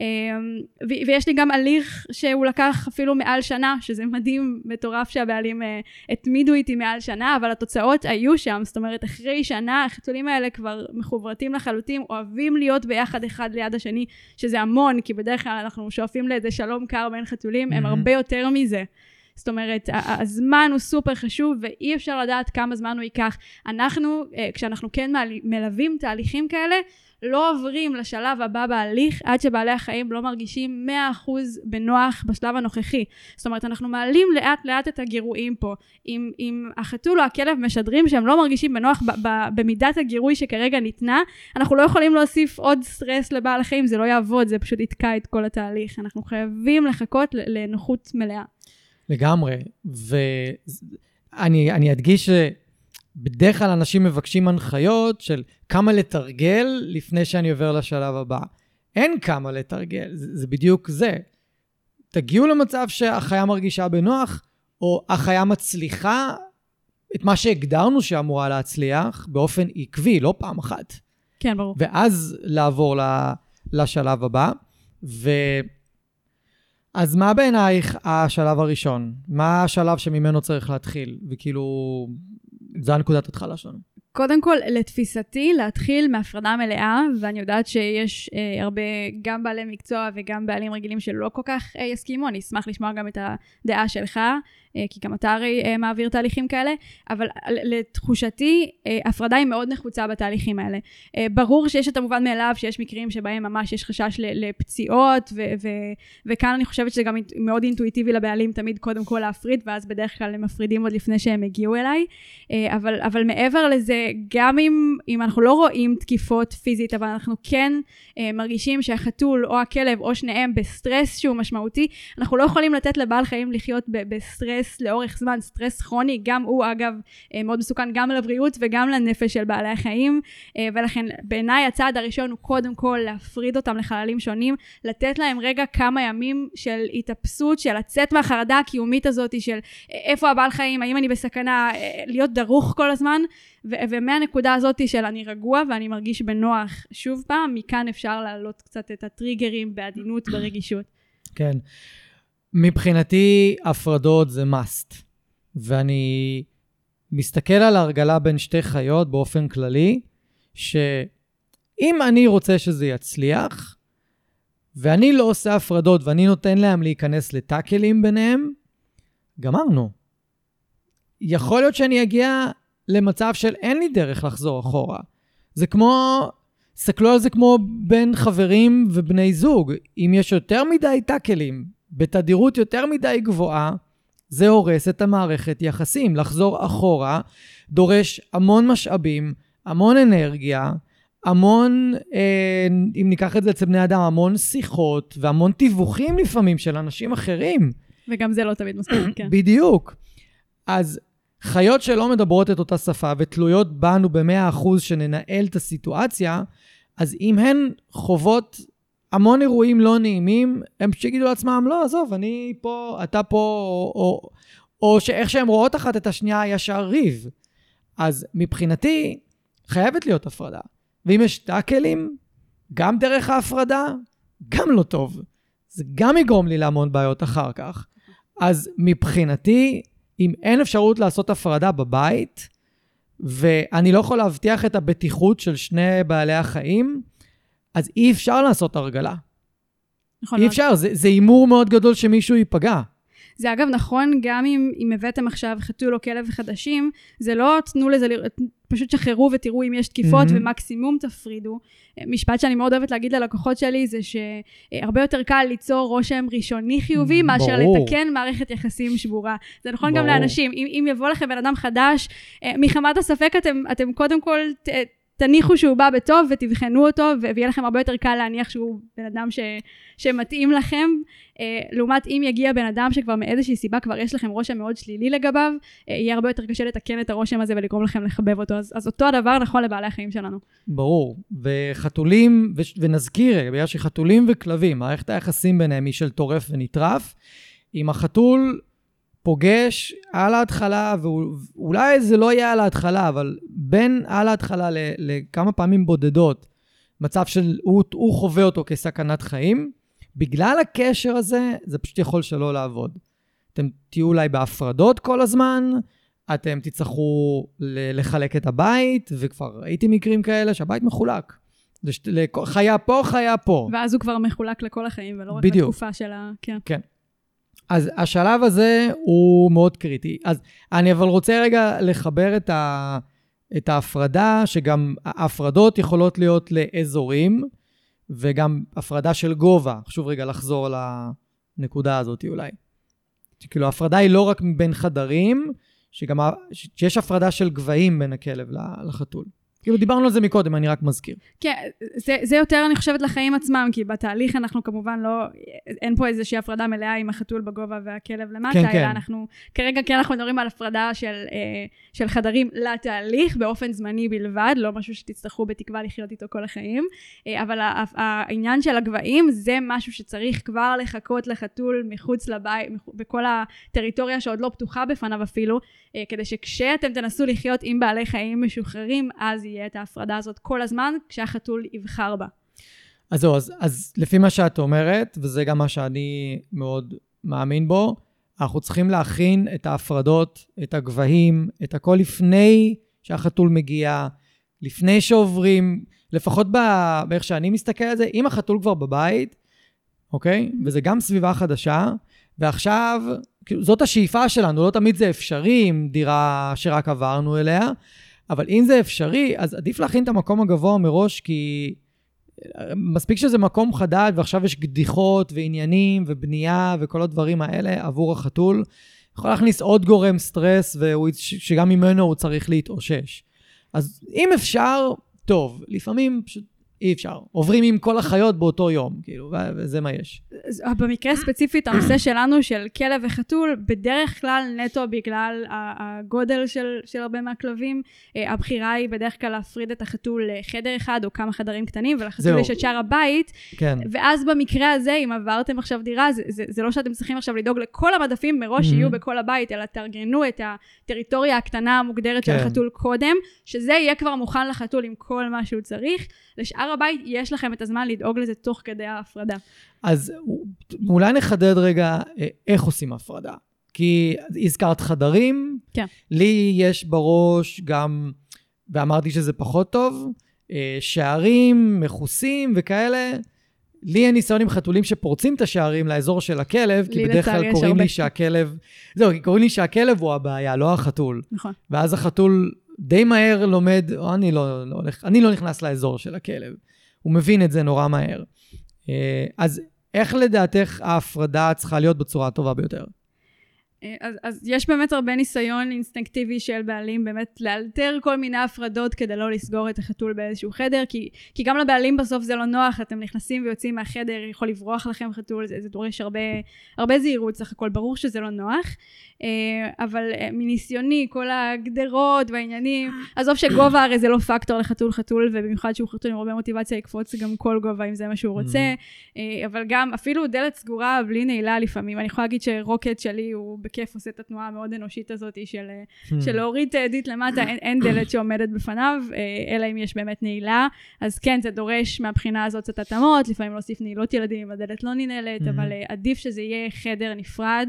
ויש לי גם הליך שהוא לקח אפילו מעל שנה, שזה מדהים, מטורף שהבעלים התמידו איתי מעל שנה, אבל התוצאות היו שם, זאת אומרת, אחרי שנה, החתולים האלה כבר מחוברתים לחלוטין, אוהבים להיות ביחד אחד ליד השני, שזה המון, כי בדרך כלל אנחנו שואפים לאיזה שלום קר בין חתולים, הם הרבה יותר מזה. זאת אומרת, הזמן הוא סופר חשוב, ואי אפשר לדעת כמה זמן הוא ייקח. אנחנו, כשאנחנו כן מלווים תהליכים כאלה, לא עוברים לשלב הבא בהליך, עד שבעלי החיים לא מרגישים 100% בנוח בשלב הנוכחי. זאת אומרת, אנחנו מעלים לאט לאט את הגירויים פה. אם החתול או הכלב משדרים שהם לא מרגישים בנוח במידת הגירוי שכרגע ניתנה, אנחנו לא יכולים להוסיף עוד סטרס לבעל החיים, זה לא יעבוד, זה פשוט יתקע את כל התהליך. אנחנו חייבים לחכות לנוחות מלאה. לגמרי, ואני אדגיש בדרך כלל אנשים מבקשים הנחיות של כמה לתרגל לפני שאני עובר לשלב הבא. אין כמה לתרגל, זה בדיוק זה. תגיעו למצב שהחיה מרגישה בנוח, או החיה מצליחה את מה שהגדרנו שאמורה להצליח באופן עקבי, לא פעם אחת. כן, ברור. ואז לעבור לשלב הבא. אז מה בעינייך השלב הראשון? מה השלב שממנו צריך להתחיל? וכאילו, זו הנקודת התחלה שלנו. קודם כל, לתפיסתי, להתחיל מהפרדה מלאה, ואני יודעת שיש הרבה, גם בעלי מקצוע וגם בעלים רגילים שלא כל כך יסכימו, אני אשמח לשמוע גם את הדעה שלך, כי גם אתה הרי מעביר תהליכים כאלה, אבל לתחושתי, הפרדה היא מאוד נחוצה בתהליכים האלה. ברור שיש את המובן מאליו, שיש מקרים שבהם ממש יש חשש לפציעות, וכאן אני חושבת שזה גם מאוד אינטואיטיבי לבעלים, תמיד קודם כל להפריד, ואז בדרך כלל הם מפרידים עוד לפני שהם הגיעו אליי, אבל מעבר לזה, גם אם אנחנו לא רואים תקיפות פיזית, אבל אנחנו כן מרגישים שהחתול או הכלב או שניהם בסטרס שהוא משמעותי, אנחנו לא יכולים לתת לבעל חיים לחיות בסטרס לאורך זמן, סטרס כרוני, גם הוא אגב מאוד מסוכן גם לבריאות וגם לנפש של בעלי החיים, ולכן בעיניי הצעד הראשון הוא קודם כל להפריד אותם לחללים שונים, לתת להם רגע כמה ימים של התאפסות, של לצאת מהחרדה הקיומית הזאת של איפה הבעל חיים, האם אני בסכנה, להיות דרוך כל הזמן, ומהנקודה הזאת של אני רגוע ואני מרגיש בנוח, שוב פעם, מכאן אפשר להעלות קצת את הטריגרים בעדינות, ברגישות. כן. מבחינתי, הפרדות זה must. ואני מסתכל על הרגלה בין שתי חיות באופן כללי, שאם אני רוצה שזה יצליח, ואני לא עושה הפרדות ואני נותן להם להיכנס לטאקלים ביניהם, גמרנו. יכול להיות שאני אגיע למצב של אין לי דרך לחזור אחורה. זה כמו, סתכלו על זה כמו בין חברים ובני זוג. אם יש יותר מדי טאקלים, בתדירות יותר מדי גבוהה, זה הורס את המערכת יחסים. לחזור אחורה דורש המון משאבים, המון אנרגיה, המון, אם ניקח את זה אצל בני אדם, המון שיחות והמון תיווכים לפעמים של אנשים אחרים. וגם זה לא תמיד מספיק, כן. בדיוק. אז חיות שלא מדברות את אותה שפה ותלויות בנו ב100% שננהל את הסיטואציה, אז אם הן חוות המון אירועים לא נעימים, הם שיגידו לעצמם, לא, עזוב, אני פה, אתה פה, או שאיך שהן רואות אחת את השנייה ישר ריב. אז מבחינתי, חייבת להיות הפרדה. ואם יש טאקלים, גם דרך ההפרדה, גם לא טוב. זה גם יגרום לי להמון בעיות אחר כך. אז מבחינתי, אם אין אפשרות לעשות הפרדה בבית, ואני לא יכול להבטיח את הבטיחות של שני בעלי החיים, אז אי אפשר לעשות הרגלה. נכון. אי אפשר, זה אימור מאוד גדול שמישהו ייפגע. זה אגב נכון, גם אם הבאתם עכשיו חתול או כלב חדשים, זה לא תנו לזה, פשוט שחררו ותראו אם יש תקיפות ומקסימום תפרידו. משפט שאני מאוד אוהבת להגיד ללקוחות שלי, זה שהרבה יותר קל ליצור רושם ראשוני חיובי, מאשר לתקן מערכת יחסים שבורה. זה נכון גם לאנשים. אם יבוא לכם בן אדם חדש, מחמת הספק אתם קודם כל תניחו שהוא בא בטוב ותבחנו אותו, ויהיה לכם הרבה יותר קל להניח שהוא בן אדם שמתאים לכם, לעומת אם יגיע בן אדם שכבר מאיזושהי סיבה כבר יש לכם רושם מאוד שלילי לגביו, יהיה הרבה יותר קשה לתקן את הרושם הזה ולגרום לכם לחבב אותו, אז אותו הדבר נכון לבעלי החיים שלנו. ברור, וחתולים, ונזכיר, בגלל שחתולים וכלבים, מערכת היחסים ביניהם היא של טורף ונטרף, אם החתול פוגש על ההתחלה, ואולי זה לא יהיה על ההתחלה, אבל בין על ההתחלה לכמה פעמים בודדות, מצב של הוא חווה אותו כסכנת חיים, בגלל הקשר הזה, זה פשוט יכול שלא לעבוד. אתם תהיו אולי בהפרדות כל הזמן, אתם תצטרכו לחלק את הבית, וכבר ראיתי מקרים כאלה שהבית מחולק. חיה פה, חיה פה. ואז הוא כבר מחולק לכל החיים, ולא רק בדיוק. לתקופה של כן. כן. אז השלב הזה הוא מאוד קריטי. אז אני אבל רוצה רגע לחבר את ההפרדה, שגם ההפרדות יכולות להיות לאזורים, וגם הפרדה של גובה. חשוב רגע לחזור לנקודה הזאת אולי. כאילו ההפרדה היא לא רק בין חדרים, שיש הפרדה של גבהים בין הכלב לחתול. כאילו דיברנו על זה מקודם, אני רק מזכיר. כן, זה יותר אני חושבת לחיים עצמם, כי בתהליך אנחנו כמובן לא, אין פה איזושהי הפרדה מלאה עם החתול בגובה והכלב למטה, כן, אלא כן. אנחנו, כרגע כן אנחנו מדברים על הפרדה של חדרים לתהליך, באופן זמני בלבד, לא משהו שתצטרכו בתקווה לחיות איתו כל החיים, אבל העניין של הגבהים זה משהו שצריך כבר לחכות לחתול מחוץ לבית, בכל הטריטוריה שעוד לא פתוחה בפניו אפילו, כדי שכשאתם תנסו לחיות עם בעלי חיים משוחררים, אז יהיה את ההפרדה הזאת כל הזמן, כשהחתול יבחר בה. אז לפי מה שאת אומרת, וזה גם מה שאני מאוד מאמין בו, אנחנו צריכים להכין את ההפרדות, את הגבהים, את הכל לפני שהחתול מגיע, לפני שעוברים, לפחות באיך שאני מסתכל על זה, אם החתול כבר בבית, אוקיי? וזה גם סביבה חדשה, ועכשיו, זאת השאיפה שלנו, לא תמיד זה אפשרי עם דירה שרק עברנו אליה, אבל אם זה אפשרי, אז עדיף להכין את המקום הגבוה מראש, כי מספיק שזה מקום חדש, ועכשיו יש גדיחות ועניינים ובנייה וכל הדברים האלה עבור החתול, יכול להכניס עוד גורם סטרס, שגם ממנו הוא צריך להתאושש. אז אם אפשר, טוב, לפעמים פשוט אי אפשר. עוברים עם כל החיות באותו יום, כאילו, וזה מה יש. במקרה ספציפית, הנושא שלנו של כלב וחתול, בדרך כלל נטו בגלל הגודל של הרבה מהכלבים, הבחירה היא בדרך כלל להפריד את החתול לחדר אחד או כמה חדרים קטנים, ולחתול יש את שאר הבית, כן. ואז במקרה הזה, אם עברתם עכשיו דירה, זה לא שאתם צריכים עכשיו לדאוג לכל המדפים מראש שיהיו בכל הבית, אלא תארגנו את הטריטוריה הקטנה המוגדרת של החתול קודם, שזה יהיה כבר מוכן לחתול עם כל מה שהוא צריך. לשאר הבית יש לכם את הזמן לדאוג לזה תוך כדי ההפרדה. אז אולי נחדד רגע איך עושים הפרדה. כי הזכרת חדרים, כן. לי יש בראש גם, ואמרתי שזה פחות טוב, שערים, מחוסים וכאלה. לי אין ניסיון עם חתולים שפורצים את השערים לאזור של הכלב, כי בדרך כלל קוראים לי שהכלב, קוראים לי שהכלב הוא הבעיה, לא החתול. נכון. ואז החתול די מהר לומד, אני לא נכנס לאזור של הכלב. הוא מבין את זה נורא מהר. אז איך לדעתך ההפרדה צריכה להיות בצורה הטובה ביותר? אז יש באמת הרבה ניסיון אינסטינקטיבי של בעלים, באמת לאלתר כל מיני הפרדות כדי לא לסגור את החתול באיזשהו חדר, כי גם לבעלים בסוף זה לא נוח, אתם נכנסים ויוצאים מהחדר, יכול לברוח לכם חתול, זה דורש הרבה זהירות, סך הכל ברור שזה לא נוח, אבל מניסיוני, כל הגדרות והעניינים, עזוב שגובה הרי זה לא פקטור לחתול, ובמיוחד שהוא חתול עם הרבה מוטיבציה יקפוץ גם כל גובה אם זה מה שהוא רוצה, אבל גם אפילו דלת סגורה בלי נעילה לפעמים, אני יכולה להגיד שרוקט שלי הוא בכיף עושה את התנועה המאוד אנושית הזאת של להוריד את העדית למטה, אין דלת שעומדת בפניו, אלא אם יש באמת נעילה, אז כן, זה דורש מהבחינה הזאת קצת התאמות, לפעמים להוסיף נעילות ילדים, הדלת לא ננעלת, אבל עדיף שזה יהיה חדר נפרד,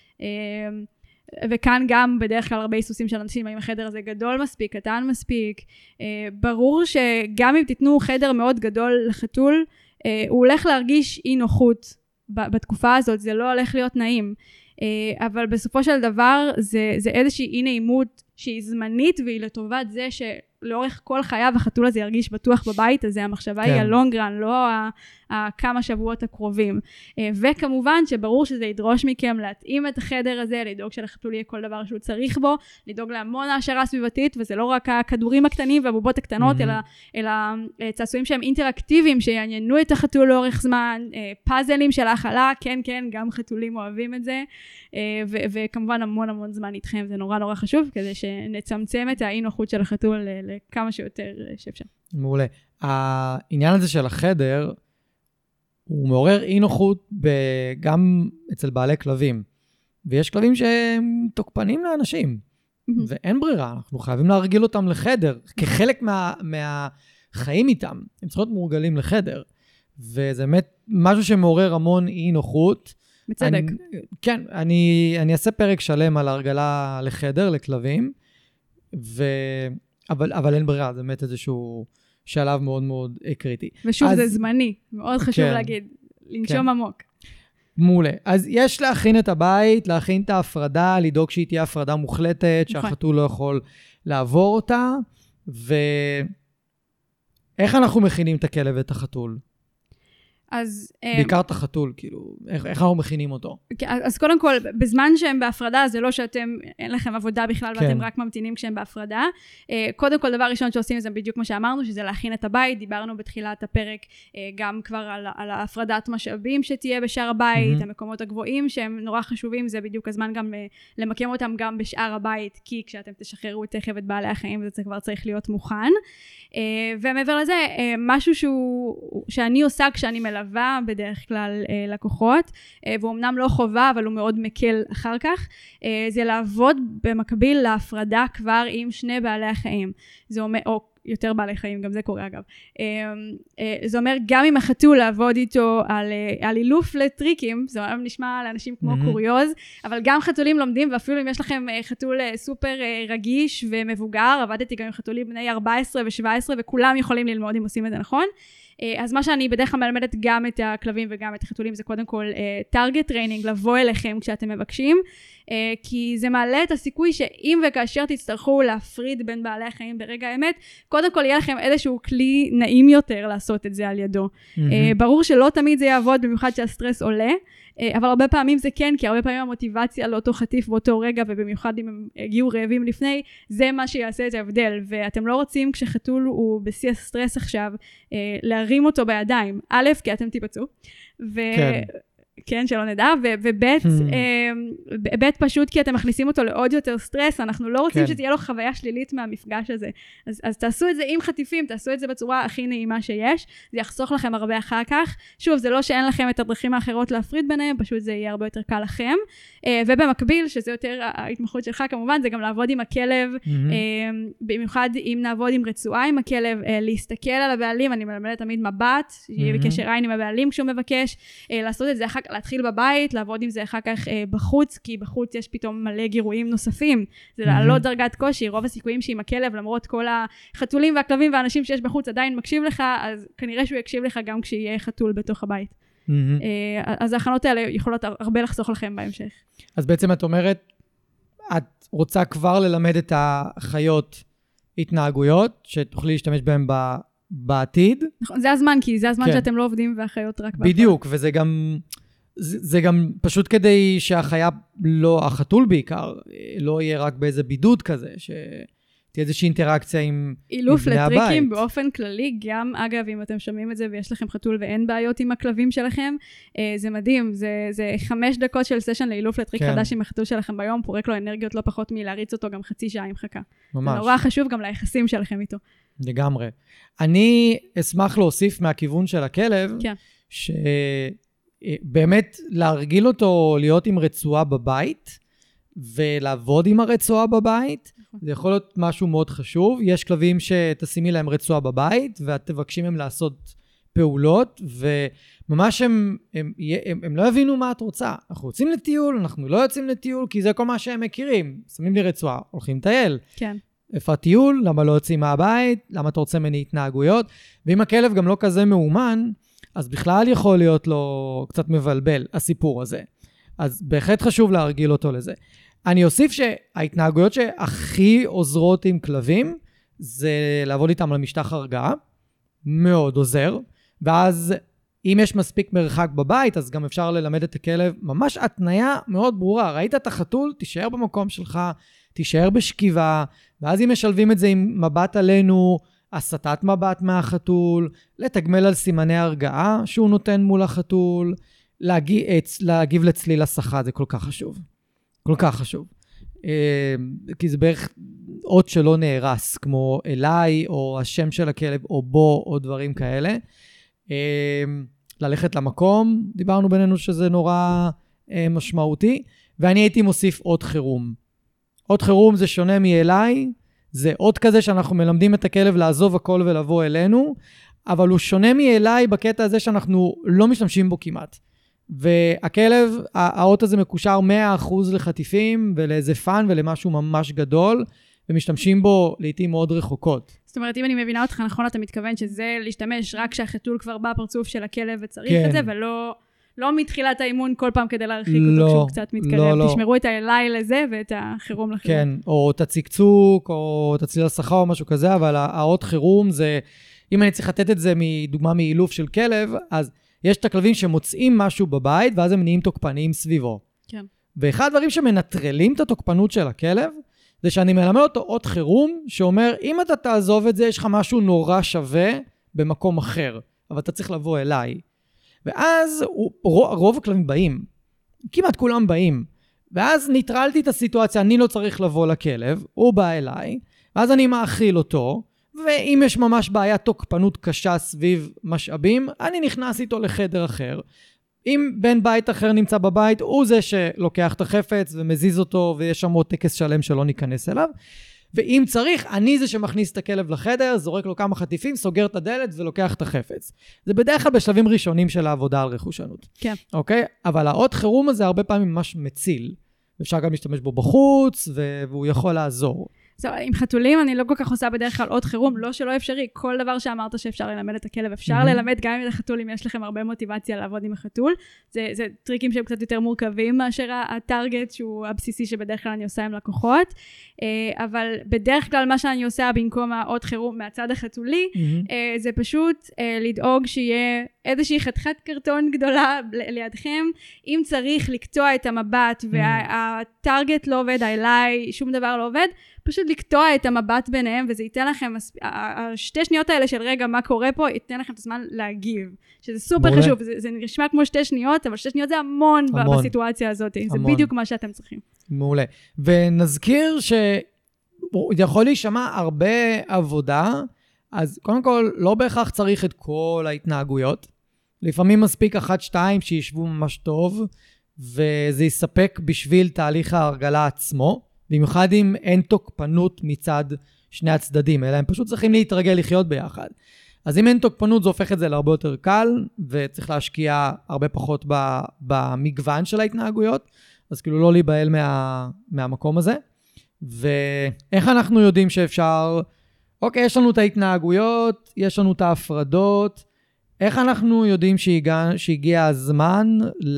וכאן גם בדרך כלל הרבה היסוסים של אנשים, האם החדר הזה גדול מספיק, קטן מספיק, ברור שגם אם תיתנו חדר מאוד גדול לחתול, הוא הולך להרגיש אי נוחות בתקופה הזאת, זה לא הולך להיות נעים, אבל בסופו של דבר זה איזושהי אי נעימות שהיא זמנית, והיא לטובת זה שלאורך כל חייו החתול הזה ירגיש בטוח בבית, אז המחשבה היא הלונגרן, לא כמה שבועות הקרובים. וכמובן שברור שזה ידרוש מכם להתאים את החדר הזה, לדאוג שלחתול יהיה כל דבר שהוא צריך בו, לדאוג להמון העשרה סביבתית, וזה לא רק הכדורים הקטנים והבובות הקטנות, אלא צעצועים שהם אינטראקטיביים, שיעניינו את החתול לאורך זמן, פאזלים של האכלה, כן, גם חתולים אוהבים את זה, וכמובן המון זמן איתכם, זה נורא חשוב, כדי שנצמצם את האי נוחות של החתול לכמה שיותר שאפשר. מעולה. העניין הזה של החדר, הוא מעורר אי נוחות גם אצל בעלי כלבים. ויש כלבים שהם תוקפנים לאנשים. ואין ברירה, אנחנו חייבים להרגיל אותם לחדר, כחלק מהחיים איתם. הם צריכים להיות מורגלים לחדר. וזה באמת משהו שמעורר המון אי נוחות. בצדק. כן, אני אעשה פרק שלם על הרגלה לחדר, לכלבים, אבל אין ברירה, זה באמת איזשהו שלב מאוד מאוד קריטי. ושוב, זה זמני, מאוד חשוב להגיד, לנשום עמוק. מעולה. אז יש להכין את הבית, להכין את ההפרדה, לדאוג שהיא תהיה הפרדה מוחלטת, שהחתול לא יכול לעבור אותה, ואיך אנחנו מכינים את הכלב ואת החתול? בעיקר את החתול, כאילו, איך אנחנו מכינים אותו? אז קודם כל, בזמן שהם בהפרדה, זה לא שאתם, אין לכם עבודה בכלל, ואתם רק ממתינים כשהם בהפרדה. קודם כל, דבר ראשון שעושים זה בדיוק מה שאמרנו, שזה להכין את הבית, דיברנו בתחילת הפרק גם כבר על ההפרדת משאבים שתהיה בשאר הבית, המקומות הגבוהים שהם נורא חשובים, זה בדיוק הזמן גם למקם אותם גם בשאר הבית, כי כשאתם תשחררו תכף את בעלי החיים, זה כבר צריך להיות מוכן. ומעבר לזה, משהו שאני עושה כשאני מלווה בדרך כלל לקוחות, והוא אמנם לא חובה, אבל הוא מאוד מקל אחר כך, זה לעבוד במקביל להפרדה כבר עם שני בעלי החיים. זה אומר, יותר בעלי חיים, גם זה קורה אגב. זה אומר גם עם החתול לעבוד איתו על אילוף לטריקים, זה נשמע לאנשים כמו קוריוז, אבל גם חתולים לומדים, ואפילו אם יש לכם חתול סופר רגיש ומבוגר, עבדתי גם עם חתולים בני 14 ו-17, וכולם יכולים ללמוד אם עושים את זה נכון. אז מה שאני בדרך כלל מלמדת גם את הכלבים וגם את החתולים, זה קודם כל target training, לבוא אליכם כשאתם מבקשים, כי זה מעלה את הסיכוי שאם וכאשר תצטרכו להפריד בין בעלי החיים ברגע האמת, קודם כל יהיה לכם איזשהו כלי נעים יותר לעשות את זה על ידו. ברור שלא תמיד זה יעבוד, במיוחד שהסטרס עולה, אבל הרבה פעמים זה כן, כי הרבה פעמים המוטיבציה לאותו חטיף באותו רגע, ובמיוחד אם הם הגיעו רעבים לפני, זה מה שיעשה את ההבדל, ואתם לא רוצים כשחתול הוא בשיא הסטרס עכשיו, להרים אותו בידיים, א', כי אתם תיפצעו, כן, שלא נדע, וב' פשוט כי אתם מכניסים אותו לעוד יותר סטרס, אנחנו לא רוצים שתהיה לו חוויה שלילית מהמפגש הזה. אז תעשו את זה עם חטיפים, תעשו את זה בצורה הכי נעימה שיש, זה יחסוך לכם הרבה אחר כך. שוב, זה לא שאין לכם את הדרכים האחרות להפריד ביניהם, פשוט זה יהיה הרבה יותר קל לכם. ובמקביל, שזה יותר ההתמחות שלך כמובן, זה גם לעבוד עם הכלב, במיוחד אם נעבוד עם רצועה עם הכלב, להסתכל על הבעלים, אני מלמדת תמיד מבט, שיהיה בקשר עין עם הבעלים כשהוא מבקש, לעשות את זה אחר כך, להתחיל בבית, לעבוד עם זה אחר כך בחוץ, כי בחוץ יש פתאום מלא גירויים נוספים, זה לא דרגת קושי, רוב הסיכויים שעם הכלב, למרות כל החתולים והכלבים והאנשים שיש בחוץ עדיין מקשיב לך, אז כנראה שהוא יקשיב לך גם כשיהיה חתול בתוך הבית. אז ההכנות האלה יכולות הרבה לחסוך לכם בהמשך. אז בעצם את אומרת, את רוצה כבר ללמד את החיות התנהגויות, שתוכלי להשתמש בהן בעתיד? נכון, זה הזמן, כי זה הזמן שאתם לא עובדים והחיות רק בהתחלה. בדיוק, וזה גם... זה גם פשוט כדי שהחיה, לא, החתול בעיקר, לא יהיה רק באיזה בידוד כזה, שתהיה איזושהי אינטראקציה עם אילוף לטריקים באופן כללי, גם אגב, אם אתם שומעים את זה ויש לכם חתול ואין בעיות עם הכלבים שלכם, זה מדהים, זה 5 דקות של סשן לאילוף לטריק חדש עם החתול שלכם ביום, פורק לו אנרגיות לא פחות מלהריץ אותו גם חצי שעה עם חכה. ממש. זה נורא חשוב גם ליחסים שלכם איתו. לגמרי. אני אשמח להוסיף מהכיוון של הכלב, באמת להרגיל אותו להיות עם רצועה בבית, ולעבוד עם הרצועה בבית, זה יכול להיות משהו מאוד חשוב. יש כלבים שתשימי להם רצועה בבית, ואת תבקשים הם לעשות פעולות, וממש הם לא יבינו מה את רוצה. אנחנו יוצאים לטיול, אנחנו לא יוצאים לטיול, כי זה כל מה שהם מכירים. שמים לי רצועה, הולכים לטייל. כן. איפה הטיול? למה לא יוצאים מהבית? למה אתה רוצה ממני התנהגויות? ואם הכלב גם לא כזה מאומן, אז בכלל יכול להיות לו קצת מבלבל, הסיפור הזה. אז בהחלט חשוב להרגיל אותו לזה. אני אוסיף שההתנהגויות שהכי עוזרות עם כלבים, זה לעבוד איתם למשטח הרגעה, מאוד עוזר, ואז אם יש מספיק מרחק בבית, אז גם אפשר ללמד את הכלב, ממש התניה מאוד ברורה, ראית את החתול, תישאר במקום שלך, תישאר בשכיבה, ואז אם משלבים את זה עם מבט עלינו, הסטת מבט מהחתול, לתגמל על סימני הרגעה שהוא נותן מול החתול, להגיב לצליל הסחה, זה כל כך חשוב. כל כך חשוב. כי זה בערך עוד שלא נהרס, כמו אליי, או השם של הכלב, או בו, או דברים כאלה. ללכת למקום, דיברנו בינינו שזה נורא משמעותי, ואני הייתי מוסיף עוד חירום. עוד חירום זה שונה מאליי, זה עוד כזה שאנחנו מלמדים את הכלב לעזוב הכל ולבוא אלינו, אבל הוא שונה מאליי בקטע הזה שאנחנו לא משתמשים בו כמעט. והכלב, האות הזה מקושר 100% לחטיפים ולאיזה פן ולמשהו ממש גדול, ומשתמשים בו לעתים מאוד רחוקות. זאת אומרת, אם אני מבינה אותך נכון, אתה מתכוון שזה להשתמש רק כשהחתול כבר בפרצוף של הכלב וצריך את זה, ולא מתחילת האימון כל פעם כדי להרחיק אותו כשהוא קצת מתקרב. תשמרו את האליי לזה ואת החירום לחירום. כן, או את הצקצוק, או את הצליל הסחה או משהו כזה, אבל האות חירום זה, אם אני צריך לתת את זה מדוגמה מאילוף של כלב, אז יש את הכלבים שמוצאים משהו בבית, ואז הם נהיים תוקפניים סביבו. כן. ואחד הדברים שמנטרלים את התוקפנות של הכלב, זה שאני מלמד אותו עוד חירום, שאומר, אם אתה תעזוב את זה, יש לך משהו נורא שווה במקום אחר, אבל אתה צריך לבוא אליי. ואז רוב הכלבים באים, כמעט כולם באים, ואז ניטרלתי את הסיטואציה, אני לא צריך לבוא לכלב, הוא בא אליי, ואז אני מאכיל אותו, ואם יש ממש בעיה תוקפנות קשה סביב משאבים, אני נכנס איתו לחדר אחר. אם בן בית אחר נמצא בבית, הוא זה שלוקח את החפץ ומזיז אותו, ויש שם עוד טקס שלם שלא ניכנס אליו. ואם צריך, אני זה שמכניס את הכלב לחדר, זורק לו כמה חטיפים, סוגר את הדלת ולוקח את החפץ. זה בדרך כלל בשלבים ראשונים של העבודה על רכושנות. כן. אוקיי? אבל האות חירום הזה הרבה פעמים ממש מציל. אפשר גם להשתמש בו בחוץ, והוא יכול לעזור. זהו, עם חתולים אני לא כל כך עושה בדרך כלל עוד חירום, לא שלא אפשרי, כל דבר שאמרת שאפשר ללמד את הכלב, אפשר ללמד גם עם החתול, אם יש לכם הרבה מוטיבציה לעבוד עם החתול, זה טריקים שהם קצת יותר מורכבים מאשר הטארגט שהוא הבסיסי שבדרך כלל אני עושה עם לקוחות, אבל בדרך כלל מה שאני עושה במקום העוד חירום מהצד החתולי, זה פשוט לדאוג שיהיה איזושהי חתיכת קרטון גדולה לידכם, אם צריך לקטוע את המבט והטארגט לא עובד, הילי, שום דבר לא עובד, פשוט לקטוע את המבט ביניהם, וזה ייתן לכם, השתי שניות האלה של רגע מה קורה פה, ייתן לכם את הזמן להגיב, שזה סופר חשוב, זה נשמע כמו 2 שניות, אבל 2 שניות זה המון בסיטואציה הזאת, זה בדיוק מה שאתם צריכים. מעולה. ונזכיר שיכול להישמע הרבה עבודה, אז קודם כל לא בהכרח צריך את כל ההתנהגויות, לפעמים מספיק 1-2 שישבו ממש טוב, וזה יספק בשביל תהליך ההרגלה עצמו, במיוחד אם אין תוקפנות מצד שני הצדדים, אלא הם פשוט צריכים להתרגל לחיות ביחד. אז אם אין תוקפנות זה הופך את זה להרבה יותר קל, וצריך להשקיע הרבה פחות במגוון של ההתנהגויות, אז כאילו לא להיבהל מהמקום הזה. ואיך אנחנו יודעים שאפשר, אוקיי, יש לנו את ההתנהגויות, יש לנו את ההפרדות, איך אנחנו יודעים שהגיע הזמן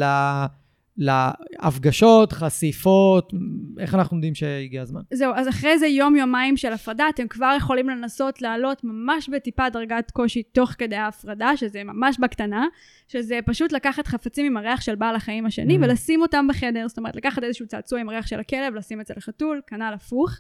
להפגשות, חשיפות, איך אנחנו יודעים שהגיע הזמן? זהו, אז אחרי זה יום-יומיים של הפרדה, אתם כבר יכולים לנסות לעלות ממש בטיפה דרגת קושי תוך כדי ההפרדה, שזה ממש בקטנה, שזה פשוט לקחת חפצים עם הריח של בעל החיים השני, ולשים אותם בחדר, זאת אומרת, לקחת איזשהו צעצוע עם הריח של הכלב, לשים אצל החתול, כנ"ל הפוך.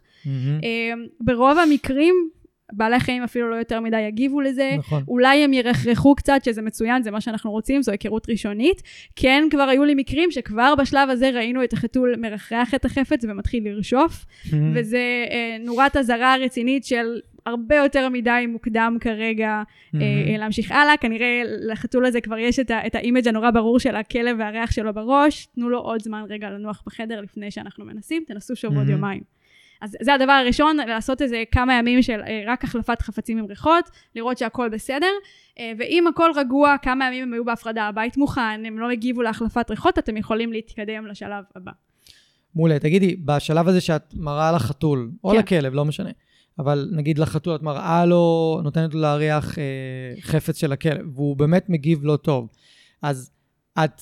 ברוב המקרים, בעלי חיים אפילו לא יותר מדי יגיבו לזה, נכון. אולי הם ירחרחו קצת, שזה מצוין, זה מה שאנחנו רוצים, זו היכרות ראשונית. כן, כבר היו לי מקרים שכבר בשלב הזה ראינו את החתול מרחרח את החפץ ומתחיל לרשוף, וזה נורת הזרה רצינית של הרבה יותר מדי מוקדם כרגע להמשיך הלאה. כנראה לחתול הזה כבר יש את האימג' הנורא ברור של הכלב והריח שלו בראש, תנו לו עוד זמן רגע לנוח בחדר לפני שאנחנו מנסים, תנסו שוב עוד יומיים. אז זה הדבר הראשון, לעשות איזה כמה ימים של רק החלפת חפצים עם ריחות, לראות שהכל בסדר, ואם הכל רגוע, כמה ימים הם היו בהפרדה, הבית מוכן, הם לא הגיבו להחלפת ריחות, אתם יכולים להתקדם לשלב הבא. מעולה, תגידי, בשלב הזה שאת מראה לחתול, או לכלב, לא משנה, אבל נגיד לחתול, את מראה לו, נותנת לו להריח חפץ של הכלב, והוא באמת מגיב לא טוב, אז את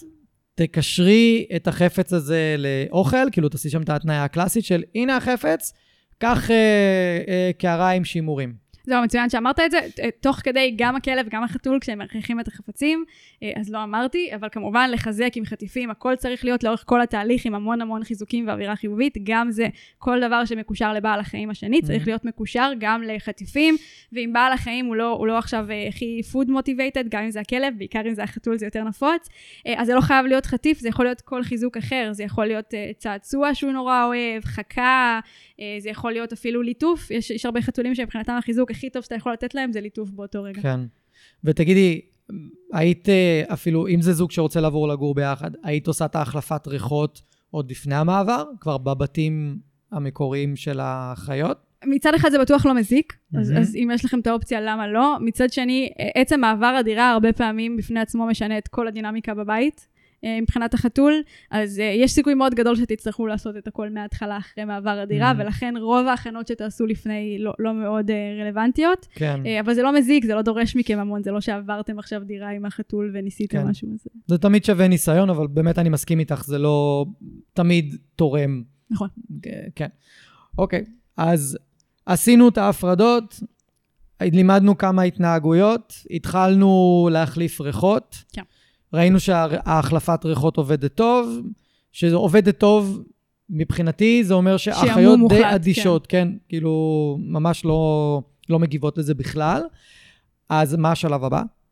תקשרי את החפץ הזה לאוכל, כאילו תעשי שם את ההתניה הקלאסית של הנה החפץ, כך קערה עם שימורים. זהו, מצוין שאמרת את זה, תוך כדי גם הכלב, גם החתול, כשהם מרחיכים את החפצים, אז לא אמרתי, אבל כמובן לחזק עם חטיפים, הכל צריך להיות לאורך כל התהליך, עם המון המון חיזוקים ואווירה חיובית, גם זה כל דבר שמקושר לבעל החיים השני, צריך להיות מקושר גם לחטיפים, ואם בעל החיים הוא לא עכשיו הכי food motivated, גם אם זה הכלב, בעיקר אם זה החתול זה יותר נפוץ, אז זה לא חייב להיות חטיף, זה יכול להיות כל חיזוק אחר, זה יכול להיות צעצוע שהוא נורא אוהב, חכה, זה יכול להיות אפילו ליטוף, יש הרבה חתולים שמבחינתם החיזוק הכי טוב שאתה יכול לתת להם, זה ליטוף באותו רגע. כן. ותגידי, היית אפילו, אם זה זוג שרוצה לעבור לגור ביחד, היית עושה את ההחלפת ריחות עוד לפני המעבר? כבר בבתים המקוריים של החיות? מצד אחד זה בטוח לא מזיק, אז אם יש לכם את האופציה, למה לא? מצד שני, עצם מעבר הדירה הרבה פעמים בפני עצמו משנה את כל הדינמיקה בבית. מבחינת החתול, אז יש סיכוי מאוד גדול שתצטרכו לעשות את הכל מההתחלה אחרי מעבר הדירה, ולכן רוב ההכנות שתעשו לפני לא מאוד רלוונטיות, אבל זה לא מזיק, זה לא דורש מכם המון, זה לא שעברתם עכשיו דירה עם החתול וניסיתם משהו מזה. זה תמיד שווה ניסיון, אבל באמת אני מסכים איתך, זה לא תמיד תורם. נכון. כן. אוקיי, אז עשינו את ההפרדות, לימדנו כמה התנהגויות, התחלנו להחליף ריחות. כן. ראינו שההחלפת ריחות עובדת טוב, שזה עובדת טוב מבחינתי, זה אומר שהחיות די אדישות, כן, כאילו ממש לא מגיבות לזה בכלל. אז מה השלב הבא?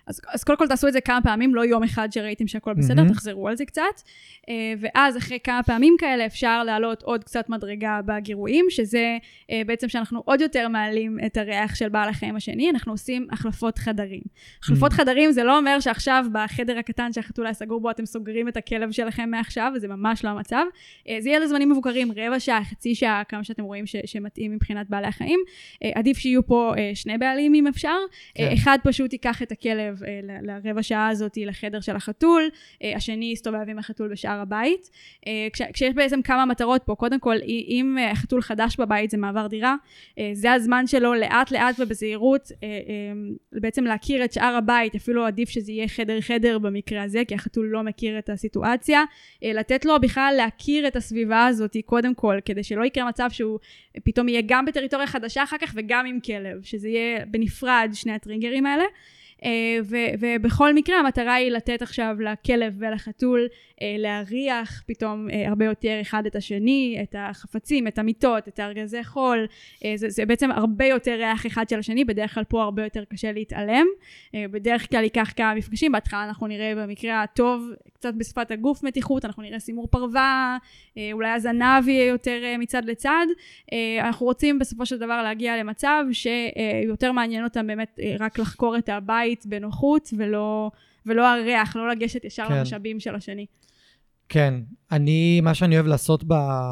אז קודם כל תעשו את זה כמה פעמים, לא יום אחד שראיתם שהכל בסדר, תחזרו על זה קצת, ואז אחרי כמה פעמים כאלה אפשר להעלות עוד קצת מדרגה בגירויים, שזה בעצם שאנחנו עוד יותר מעלים את הריח של בעל החיים השני, אנחנו עושים החלפות חדרים. החלפות חדרים זה לא אומר שעכשיו בחדר הקטן שהחתול היה סגור בו, אתם סוגרים את הכלב שלכם מעכשיו, וזה ממש לא המצב. זה יהיה לזמנים מבוקרים, רבע שעה, חצי שעה, כמה שאתם רואים שמתאים מבחינת בעלי החיים. עדיף שיהיו פה שני בעלים אם אפשר. אחד פשוט ייקח את הכלב לרבע שעה הזאת לחדר של החתול, השני יסתובב עם החתול בשאר הבית. כשיש בעצם כמה מטרות פה, קודם כל, אם החתול חדש בבית זה מעבר דירה, זה הזמן שלו לאט לאט ובזהירות, בעצם להכיר את שאר הבית, אפילו עדיף שזה יהיה חדר במקרה הזה, כי החתול לא מכיר את הסיטואציה, לתת לו בכלל להכיר את הסביבה הזאת קודם כל, כדי שלא יקרה מצב שהוא פתאום יהיה גם בטריטוריה חדשה אחר כך וגם עם כלב, שזה יהיה בנפרד שני הטריגרים האלה. ובכל מקרה המטרה היא לתת עכשיו לכלב ולחתול להריח פתאום הרבה יותר אחד את השני, את החפצים, את המיטות, את הארגזי חול, זה בעצם הרבה יותר ריח אחד של השני, בדרך כלל פה הרבה יותר קשה להתעלם, בדרך כלל ייקח כמה מפגשים, בהתחלה אנחנו נראה במקרה הטוב קצת בשפת הגוף מתיחות, אנחנו נראה סימור פרווה, אולי הזנב יהיה יותר מצד לצד, אנחנו רוצים בסופו של דבר להגיע למצב שיותר מעניין אותם באמת רק לחקור את הבית בנוחות ולא הריח, לא לגשת ישר למשאבים של השני. כן, מה שאני אוהב לעשות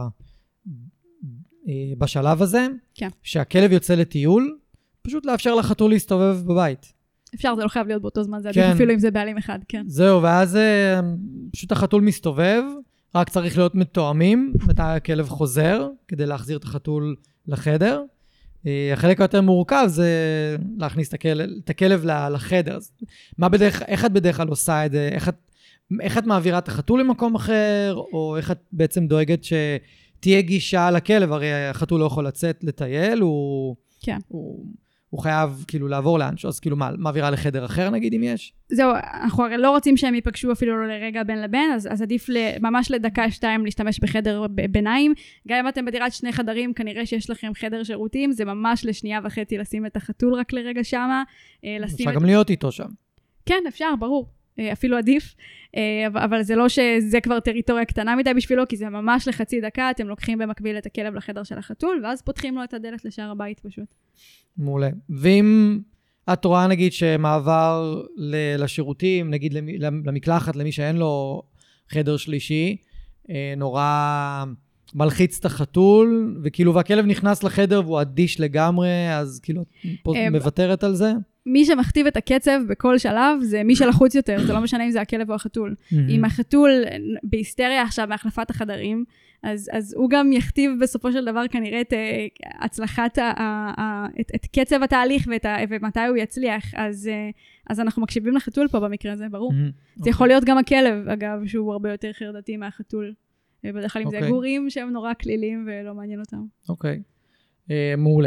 בשלב הזה, שהכלב יוצא לטיול, פשוט לאפשר לחתול להסתובב בבית. אפשר, זה לא חייב להיות באותו זמן, זה עדיף אפילו אם זה בעלים אחד, כן. זהו, ואז פשוט החתול מסתובב, רק צריך להיות מתואמים, מתי הכלב חוזר, כדי להחזיר את החתול לחדר. החלק היותר מורכב זה להכניס את הכלב לחדר. איך את בדרך כלל עושה את זה? איך את מעבירה את החתול למקום אחר, או איך את בעצם דואגת שתהיה גישה לכלב? הרי החתול לא יכול לצאת לטייל, הוא חייב כאילו לעבור לאנשהו, אז כאילו מעבירה לחדר אחר נגיד אם יש? זהו, אנחנו הרי לא רוצים שהם ייפגשו אפילו לרגע בין לבין, אז עדיף ממש לדקה 2 להשתמש בחדר ביניים, גם אם אתם בדירת 2 חדרים, כנראה שיש לכם חדר שירותים, זה ממש לשנייה וחצי לשים את החתול רק לרגע שמה. אפשר גם להיות איתו שם. כן, אפשר, ברור. אפילו עדיף, אבל זה לא שזה כבר טריטוריה קטנה מדי בשבילו, כי זה ממש לחצי דקה, אתם לוקחים במקביל את הכלב לחדר של החתול, ואז פותחים לו את הדלת לשאר הבית פשוט. מעולה. ואם את רואה נגיד שמעבר לשירותים, נגיד למקלחת, למי שאין לו חדר שלישי, נורא מלחיץ את החתול, וכאילו והכלב נכנס לחדר והוא אדיש לגמרי, אז כאילו מוותרת על זה? מי שמכתיב את הקצב בכל שלב זה מי שלחוץ יותר, זה לא משנה אם זה הכלב או החתול. אם החתול בהיסטריה עכשיו בהחלפת החדרים, אז הוא גם יכתיב בסופו של דבר כנראה את הצלחת, את קצב התהליך ומתי הוא יצליח. אז אנחנו מקשיבים לחתול פה במקרה הזה, ברור. זה יכול להיות גם הכלב, אגב, שהוא הרבה יותר חרדתי מהחתול. בדרך כלל אם זה גורים שהם נורא כלילים ולא מעניין אותם. אוקיי, מעולה.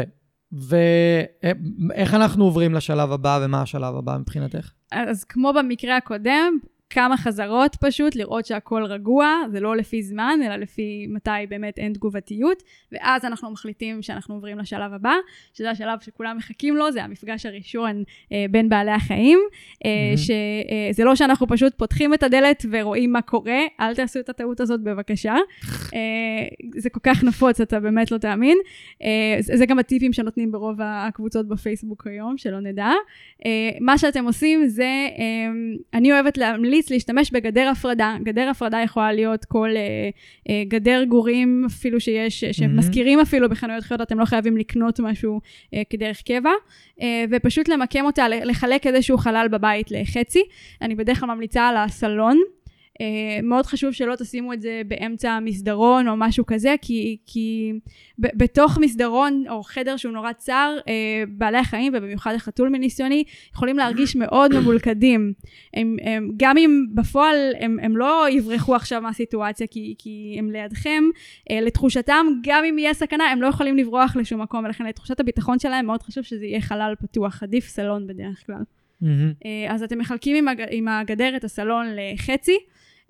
ואיך אנחנו עוברים לשלב הבא, ומה השלב הבא מבחינתך? אז כמו במקרה הקודם, כמה חזרות פשוט, לראות שהכל רגוע, זה לא לפי זמן, אלא לפי מתי באמת אין תגובתיות, ואז אנחנו מחליטים שאנחנו עוברים לשלב הבא, שזה השלב שכולם מחכים לו, זה המפגש הראשון בין בעלי החיים, שזה לא שאנחנו פשוט פותחים את הדלת ורואים מה קורה, אל תעשו את הטעות הזאת בבקשה, זה כל כך נפוץ, אתה באמת לא תאמין, זה גם הטיפים שנותנים ברוב הקבוצות בפייסבוק היום, שלא נדע, מה שאתם עושים זה, אני אוהבת להמליץ להשתמש בגדר הפרדה. גדר הפרדה יכולה להיות כל גדר גורים אפילו שמזכירים אפילו בחנויות חיות, אתם לא חייבים לקנות משהו כדרך קבע, ופשוט למקם אותה, לחלק איזשהו חלל בבית לחצי. אני בדרך כלל ממליצה על הסלון, מאוד חשוב שלא תשימו את זה באמצע המסדרון או משהו כזה, כי בתוך מסדרון או חדר שהוא נורא צר, בעלי החיים ובמיוחד החתול מניסיוני, יכולים להרגיש מאוד מבולכדים. גם אם בפועל הם לא יברחו עכשיו מהסיטואציה, כי הם לידכם, לתחושתם, גם אם יהיה סכנה, הם לא יכולים לברוח לשום מקום, ולכן לתחושת הביטחון שלהם מאוד חשוב שזה יהיה חלל פתוח, עדיף סלון בדרך כלל. אז אתם מחלקים עם הגדר את הסלון לחצי,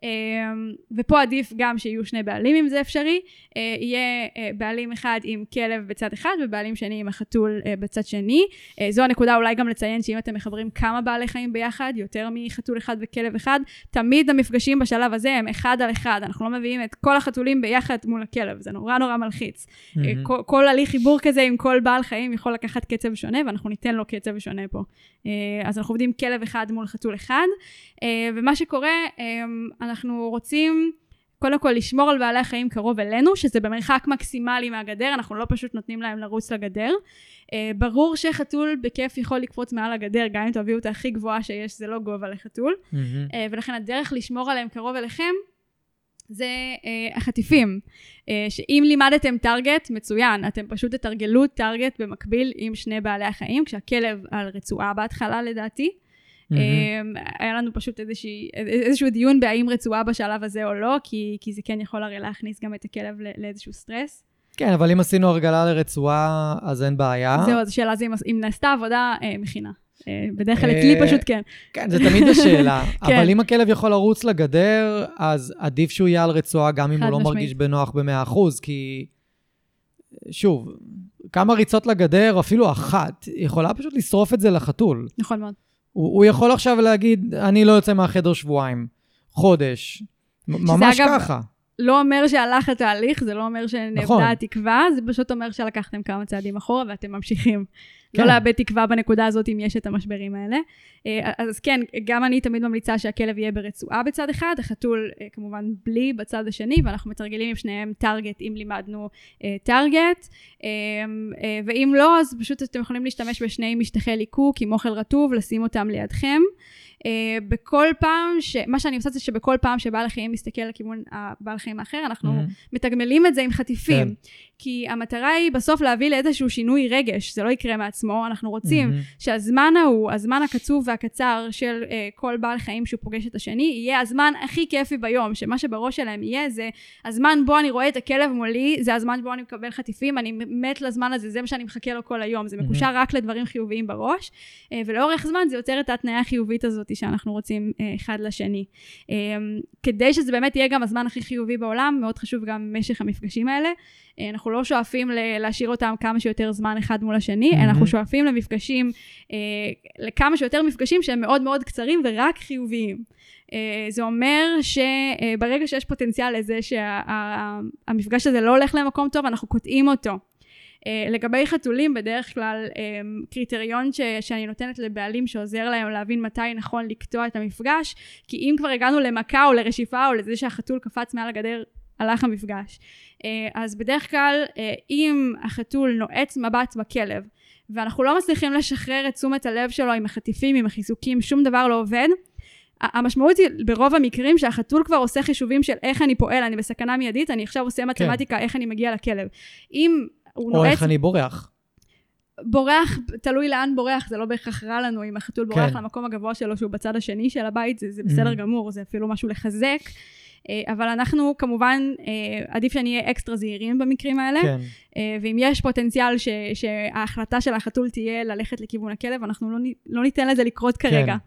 ופה עדיף גם שיהיו שני בעלים אם זה אפשרי, יהיה בעלים אחד עם כלב בצד אחד ובעלים שני עם החתול בצד שני. זו הנקודה אולי גם לציין שאם אתם מחברים כמה בעלי חיים ביחד, יותר מחתול אחד וכלב אחד, תמיד המפגשים בשלב הזה הם אחד על אחד, אנחנו לא מביאים את כל החתולים ביחד מול הכלב, זה נורא נורא מלחיץ. כל הליך חיבור כזה עם כל בעל חיים יכול לקחת קצב שונה, ואנחנו ניתן לו קצב שונה פה. אז אנחנו עובדים כלב אחד מול חתול אחד, ומה שקורה, אנחנו רוצים קודם כל לשמור על בעלי החיים קרוב אלינו, שזה במרחק מקסימלי מהגדר, אנחנו לא פשוט נותנים להם לרוץ לגדר. ברור שחתול בכיף יכול לקפוץ מעל הגדר, גם אם תביאו את הכי גבוהה שיש, זה לא גובה לחתול. ולכן הדרך לשמור עליהם קרוב אליכם, זה החטיפים. שאם לימדתם טרגט, מצוין, אתם פשוט תתרגלו טרגט במקביל עם שני בעלי החיים, כשהכלב על רצועה בהתחלה לדעתי. היה לנו פשוט איזשהו דיון בהאם רצועה בשלב הזה או לא, כי זה כן יכול הרי להכניס גם את הכלב לאיזשהו סטרס. כן, אבל אם עשינו הרגלה לרצועה, אז אין בעיה. זהו, אז השאלה זה אם נעשתה עבודה מכינה. בדרך כלל אצלי פשוט כן. כן, זה תמיד השאלה. אבל אם הכלב יכול לרוץ לגדר, אז עדיף שהוא יהיה על רצועה, גם אם הוא לא מרגיש בנוח ב100%, כי שוב, כמה ריצות לגדר, אפילו אחת, יכולה פשוט לשרוף את זה לחתול. נכון מאוד. הוא יכול עכשיו להגיד, אני לא יוצא מהחדר שבועיים, חודש, ממש ככה. לא אומר שהלך התהליך, זה לא אומר שנאבדה התקווה, זה פשוט אומר שלקחתם כמה צעדים אחורה ואתם ממשיכים. לא לאבד תקווה בנקודה הזאת אם יש את המשברים האלה. אז כן, גם אני תמיד ממליצה שהכלב יהיה ברצועה בצד אחד, החתול כמובן בלי בצד השני, ואנחנו מתרגלים עם שניהם טרגט, אם לימדנו טרגט, ואם לא, אז פשוט אתם יכולים להשתמש בשני משטחי ליקוק עם אוכל רטוב, לשים אותם לידכם. בכל פעם, מה שאני עושה זה שבכל פעם שבעל החיים מסתכל לכיוון הבעל החיים האחר, אנחנו מתגמלים את זה עם חטיפים. כי המטרה היא בסוף להביא לאיזשהו שינוי רגש, זה לא יקרה מעצמו, אנחנו רוצים שהזמן ההוא, הזמן הקצוב והקצר של כל בעל חיים שהוא פוגש את השני, יהיה הזמן הכי כיפי ביום, שמה שבראש שלהם יהיה זה הזמן בו אני רואה את הכלב מולי, זה הזמן בו אני מקבל חטיפים, אני מת לזמן הזה, זה מה שאני מחכה לו כל היום, זה מקושר רק לדברים חיוביים בראש, ולאורך זמן זה יוצר את ההתניה החיובית הזאת שאנחנו רוצים אחד לשני. כדי שזה באמת יהיה גם הזמן הכי חיובי בעולם, מאוד חשוב גם משך המפגשים האלה, אנחנו לא שואפים להשאיר אותם כמה שיותר זמן אחד מול השני, אנחנו שואפים למפגשים, לכמה שיותר מפגשים שהם מאוד מאוד קצרים ורק חיוביים. זה אומר שברגע שיש פוטנציאל לזה שהמפגש הזה לא הולך למקום טוב, אנחנו קוטעים אותו. לגבי חתולים, בדרך כלל קריטריון שאני נותנת לבעלים שעוזר להם להבין מתי נכון לקטוע את המפגש, כי אם כבר הגענו למכה או לרשיפה או לזה שהחתול קפץ מעל הגדר, הלך המפגש. אז בדרך כלל, אם החתול נועץ מבט בכלב, ואנחנו לא מצליחים לשחרר את תשומת הלב שלו עם החטיפים, עם החיזוקים, שום דבר לא עובד, המשמעות היא ברוב המקרים שהחתול כבר עושה חישובים של איך אני פועל, אני בסכנה מיידית, אני עכשיו עושה מתמטיקה, איך אני מגיע לכלב. אם הוא נועץ... או איך אני בורח. בורח, תלוי לאן בורח, זה לא בהכרח רע לנו, אם החתול בורח למקום הגבוה שלו, שהוא בצד השני של הבית, זה בסדר גמור, זה אפילו משהו לחזק. אבל אנחנו כמובן, עדיף שנהיה אקסטרה זהירים במקרים האלה, ואם יש פוטנציאל שההחלטה של החתול תהיה ללכת לכיוון הכלב, אנחנו לא ניתן לזה לקרות כרגע.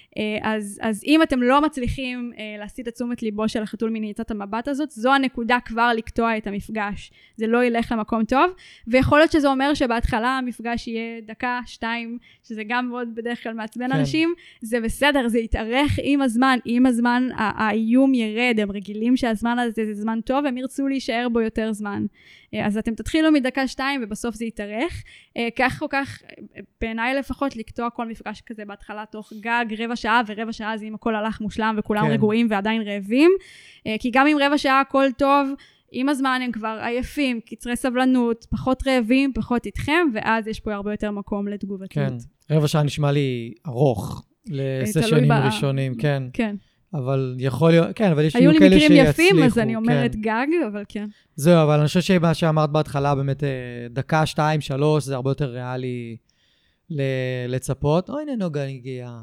אז אם אתם לא מצליחים להסיט את תשומת ליבו של החתול מנעיצת המבט הזאת, זו הנקודה כבר לקטוע את המפגש. זה לא ילך למקום טוב, ויכול להיות שזה אומר שבהתחלה המפגש יהיה דקה, 2, שזה גם מאוד בדרך כלל מעצבן אנשים, זה בסדר, זה יתארך עם הזמן האיום ירד, הם רגילים שהזמן הזה זה זמן טוב, הם ירצו להישאר בו יותר זמן. אז אתם תתחילו מדקה 2 ובסוף זה יתארך. כך או כך, בעיניי לפחות, לקטוע כל מפגש כזה בהתחלה תוך גג רבע שעה, ורבע שעה זה אם הכל הלך מושלם וכולם רגועים ועדיין רעבים. כי גם אם רבע שעה הכל טוב, עם הזמן הם כבר עייפים, קצרי סבלנות, פחות רעבים, פחות איתכם, ואז יש פה הרבה יותר מקום לתגובתיות. כן, רבע שעה נשמע לי ארוך לסשנים ראשונים, כן. כן. אבל יכול להיות, כן, אבל יש היו לי מקרים יפים, אז אני אומרת גג, אבל כן. זהו, אבל אני חושב שמה שאמרת בהתחלה, באמת דקה, 2, 3, זה הרבה יותר ריאלי לצפות. אוי, הנה נוגה הגיעה.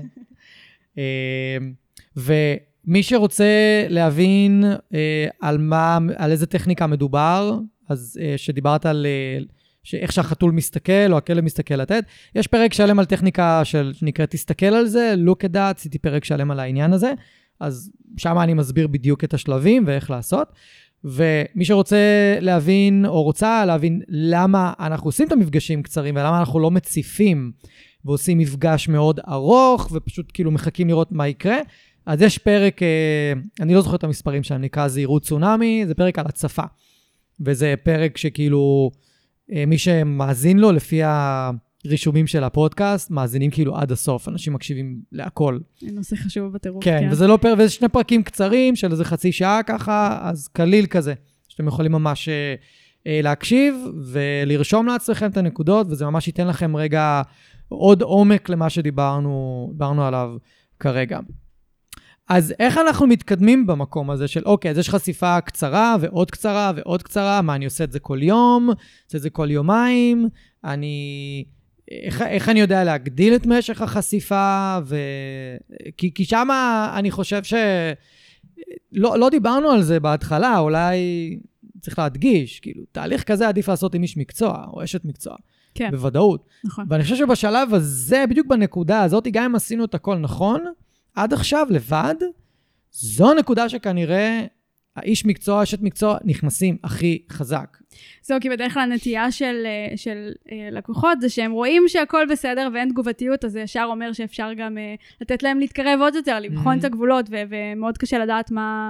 ומי שרוצה להבין על איזה טכניקה מדובר, אז שדיברת על איך שהחתול מסתכל, או הכלב מסתכל לתת, יש פרק שלם על טכניקה שנקראת תסתכל על זה, look at that, עשיתי פרק שלם על העניין הזה, אז שם אני מסביר בדיוק את השלבים ואיך לעשות. ומי שרוצה להבין, או רוצה להבין למה אנחנו עושים את המפגשים קצרים, ולמה אנחנו לא מציפים, ועושים מפגש מאוד ארוך, ופשוט כאילו מחכים לראות מה יקרה, אז יש פרק, אני לא זוכר את המספרים שם, נקרא זהירות צונאמי, זה פרק על הצפה. וזה פרק שכאילו, מי שמאזין לו לפי הרישומים של הפודקאסט, מאזינים כאילו עד הסוף, אנשים מקשיבים להכל. נושא חשוב בטירוף. כן, וזה לא וזה שני פרקים קצרים של איזה חצי שעה ככה, אז קליל כזה, שאתם יכולים ממש להקשיב, ולרשום לעצמכם את הנקודות, וזה ממש ייתן לכם רגע עוד עומק למה שדיברנו עליו כרגע. אז איך אנחנו מתקדמים במקום הזה של, אוקיי, אז יש חשיפה קצרה ועוד קצרה ועוד קצרה, מה, אני עושה את זה כל יום, עושה את זה כל יומיים, איך אני יודע להגדיל את משך החשיפה, כי שם אני חושב לא דיברנו על זה בהתחלה, אולי צריך להדגיש, כאילו, תהליך כזה עדיף לעשות עם איש מקצוע, או אשת מקצוע, כן. בוודאות. נכון. ואני חושב שבשלב הזה, בדיוק בנקודה הזאת, גם אם עשינו את הכל נכון, עד עכשיו לבד, זו הנקודה שכנראה האיש מקצוע, אשת מקצוע, נכנסים הכי חזק. זהו, כי בדרך כלל הנטייה של לקוחות זה שהם רואים שהכל בסדר ואין תגובתיות, אז זה ישר אומר שאפשר גם לתת להם להתקרב עוד יותר, לבחון את הגבולות, ומאוד קשה לדעת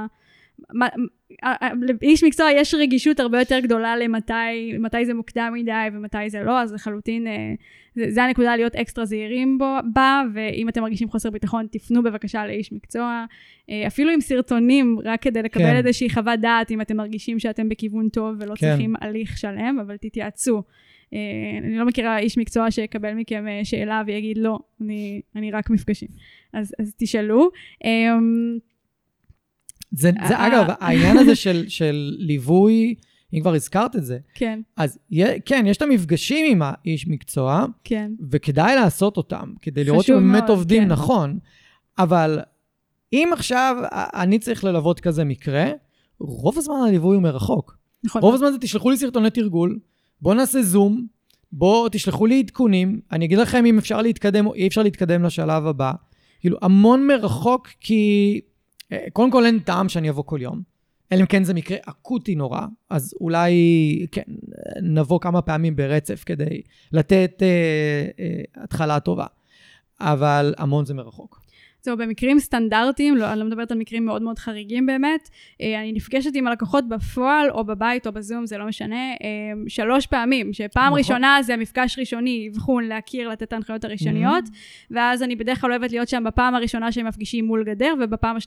לאיש מקצוע יש רגישות הרבה יותר גדולה למתי זה מוקדם מדי ומתי זה לא, אז לחלוטין זה הנקודה להיות אקסטרה זהירים בה, ואם אתם מרגישים חוסר ביטחון, תפנו בבקשה לאיש מקצוע, אפילו עם סרטונים, רק כדי לקבל איזושהי חוות דעת, אם אתם מרגישים שאתם בכיוון טוב ולא צריכים הליך שלם, אבל תתייעצו. אני לא מכירה איש מקצוע שיקבל מכם שאלה ויגיד לא, אני רק מפגשים. אז תשאלו. זה אגב, העניין הזה של ליווי, אם כבר הזכרת את זה, כן. אז כן, יש את המפגשים עם האיש מקצוע, כן. וכדאי לעשות אותם, כדי לראות שבאמת עובדים כן. נכון, אבל אם עכשיו אני צריך ללוות כזה מקרה, רוב הזמן הליווי הוא מרחוק. נכון. רוב הזמן זה תשלחו לי סרטוני תרגול, בואו נעשה זום, בואו תשלחו לי עדכונים, אני אגיד לכם אם אפשר להתקדם או אי אפשר להתקדם לשלב הבא, כאילו המון מרחוק כי קודם כל אין טעם שאני אבוא כל יום, אלא אם כן זה מקרה אקוטי נורא, אז אולי כן, נבוא כמה פעמים ברצף כדי לתת התחלה טובה, אבל המון זה מרחוק. זהו, במקרים סטנדרטיים, אני לא מדברת על מקרים מאוד מאוד חריגים באמת, אני נפגשת עם הלקוחות בפועל או בבית או בזום, זה לא משנה, 3 פעמים, שפעם ראשונה זה המפגש ראשוני, אבחון, להכיר, לתת ההנחיות הראשוניות, ואז אני בדרך כלל אוהבת להיות שם בפעם הראשונה שהם מפגישים מול גדר, ובפעם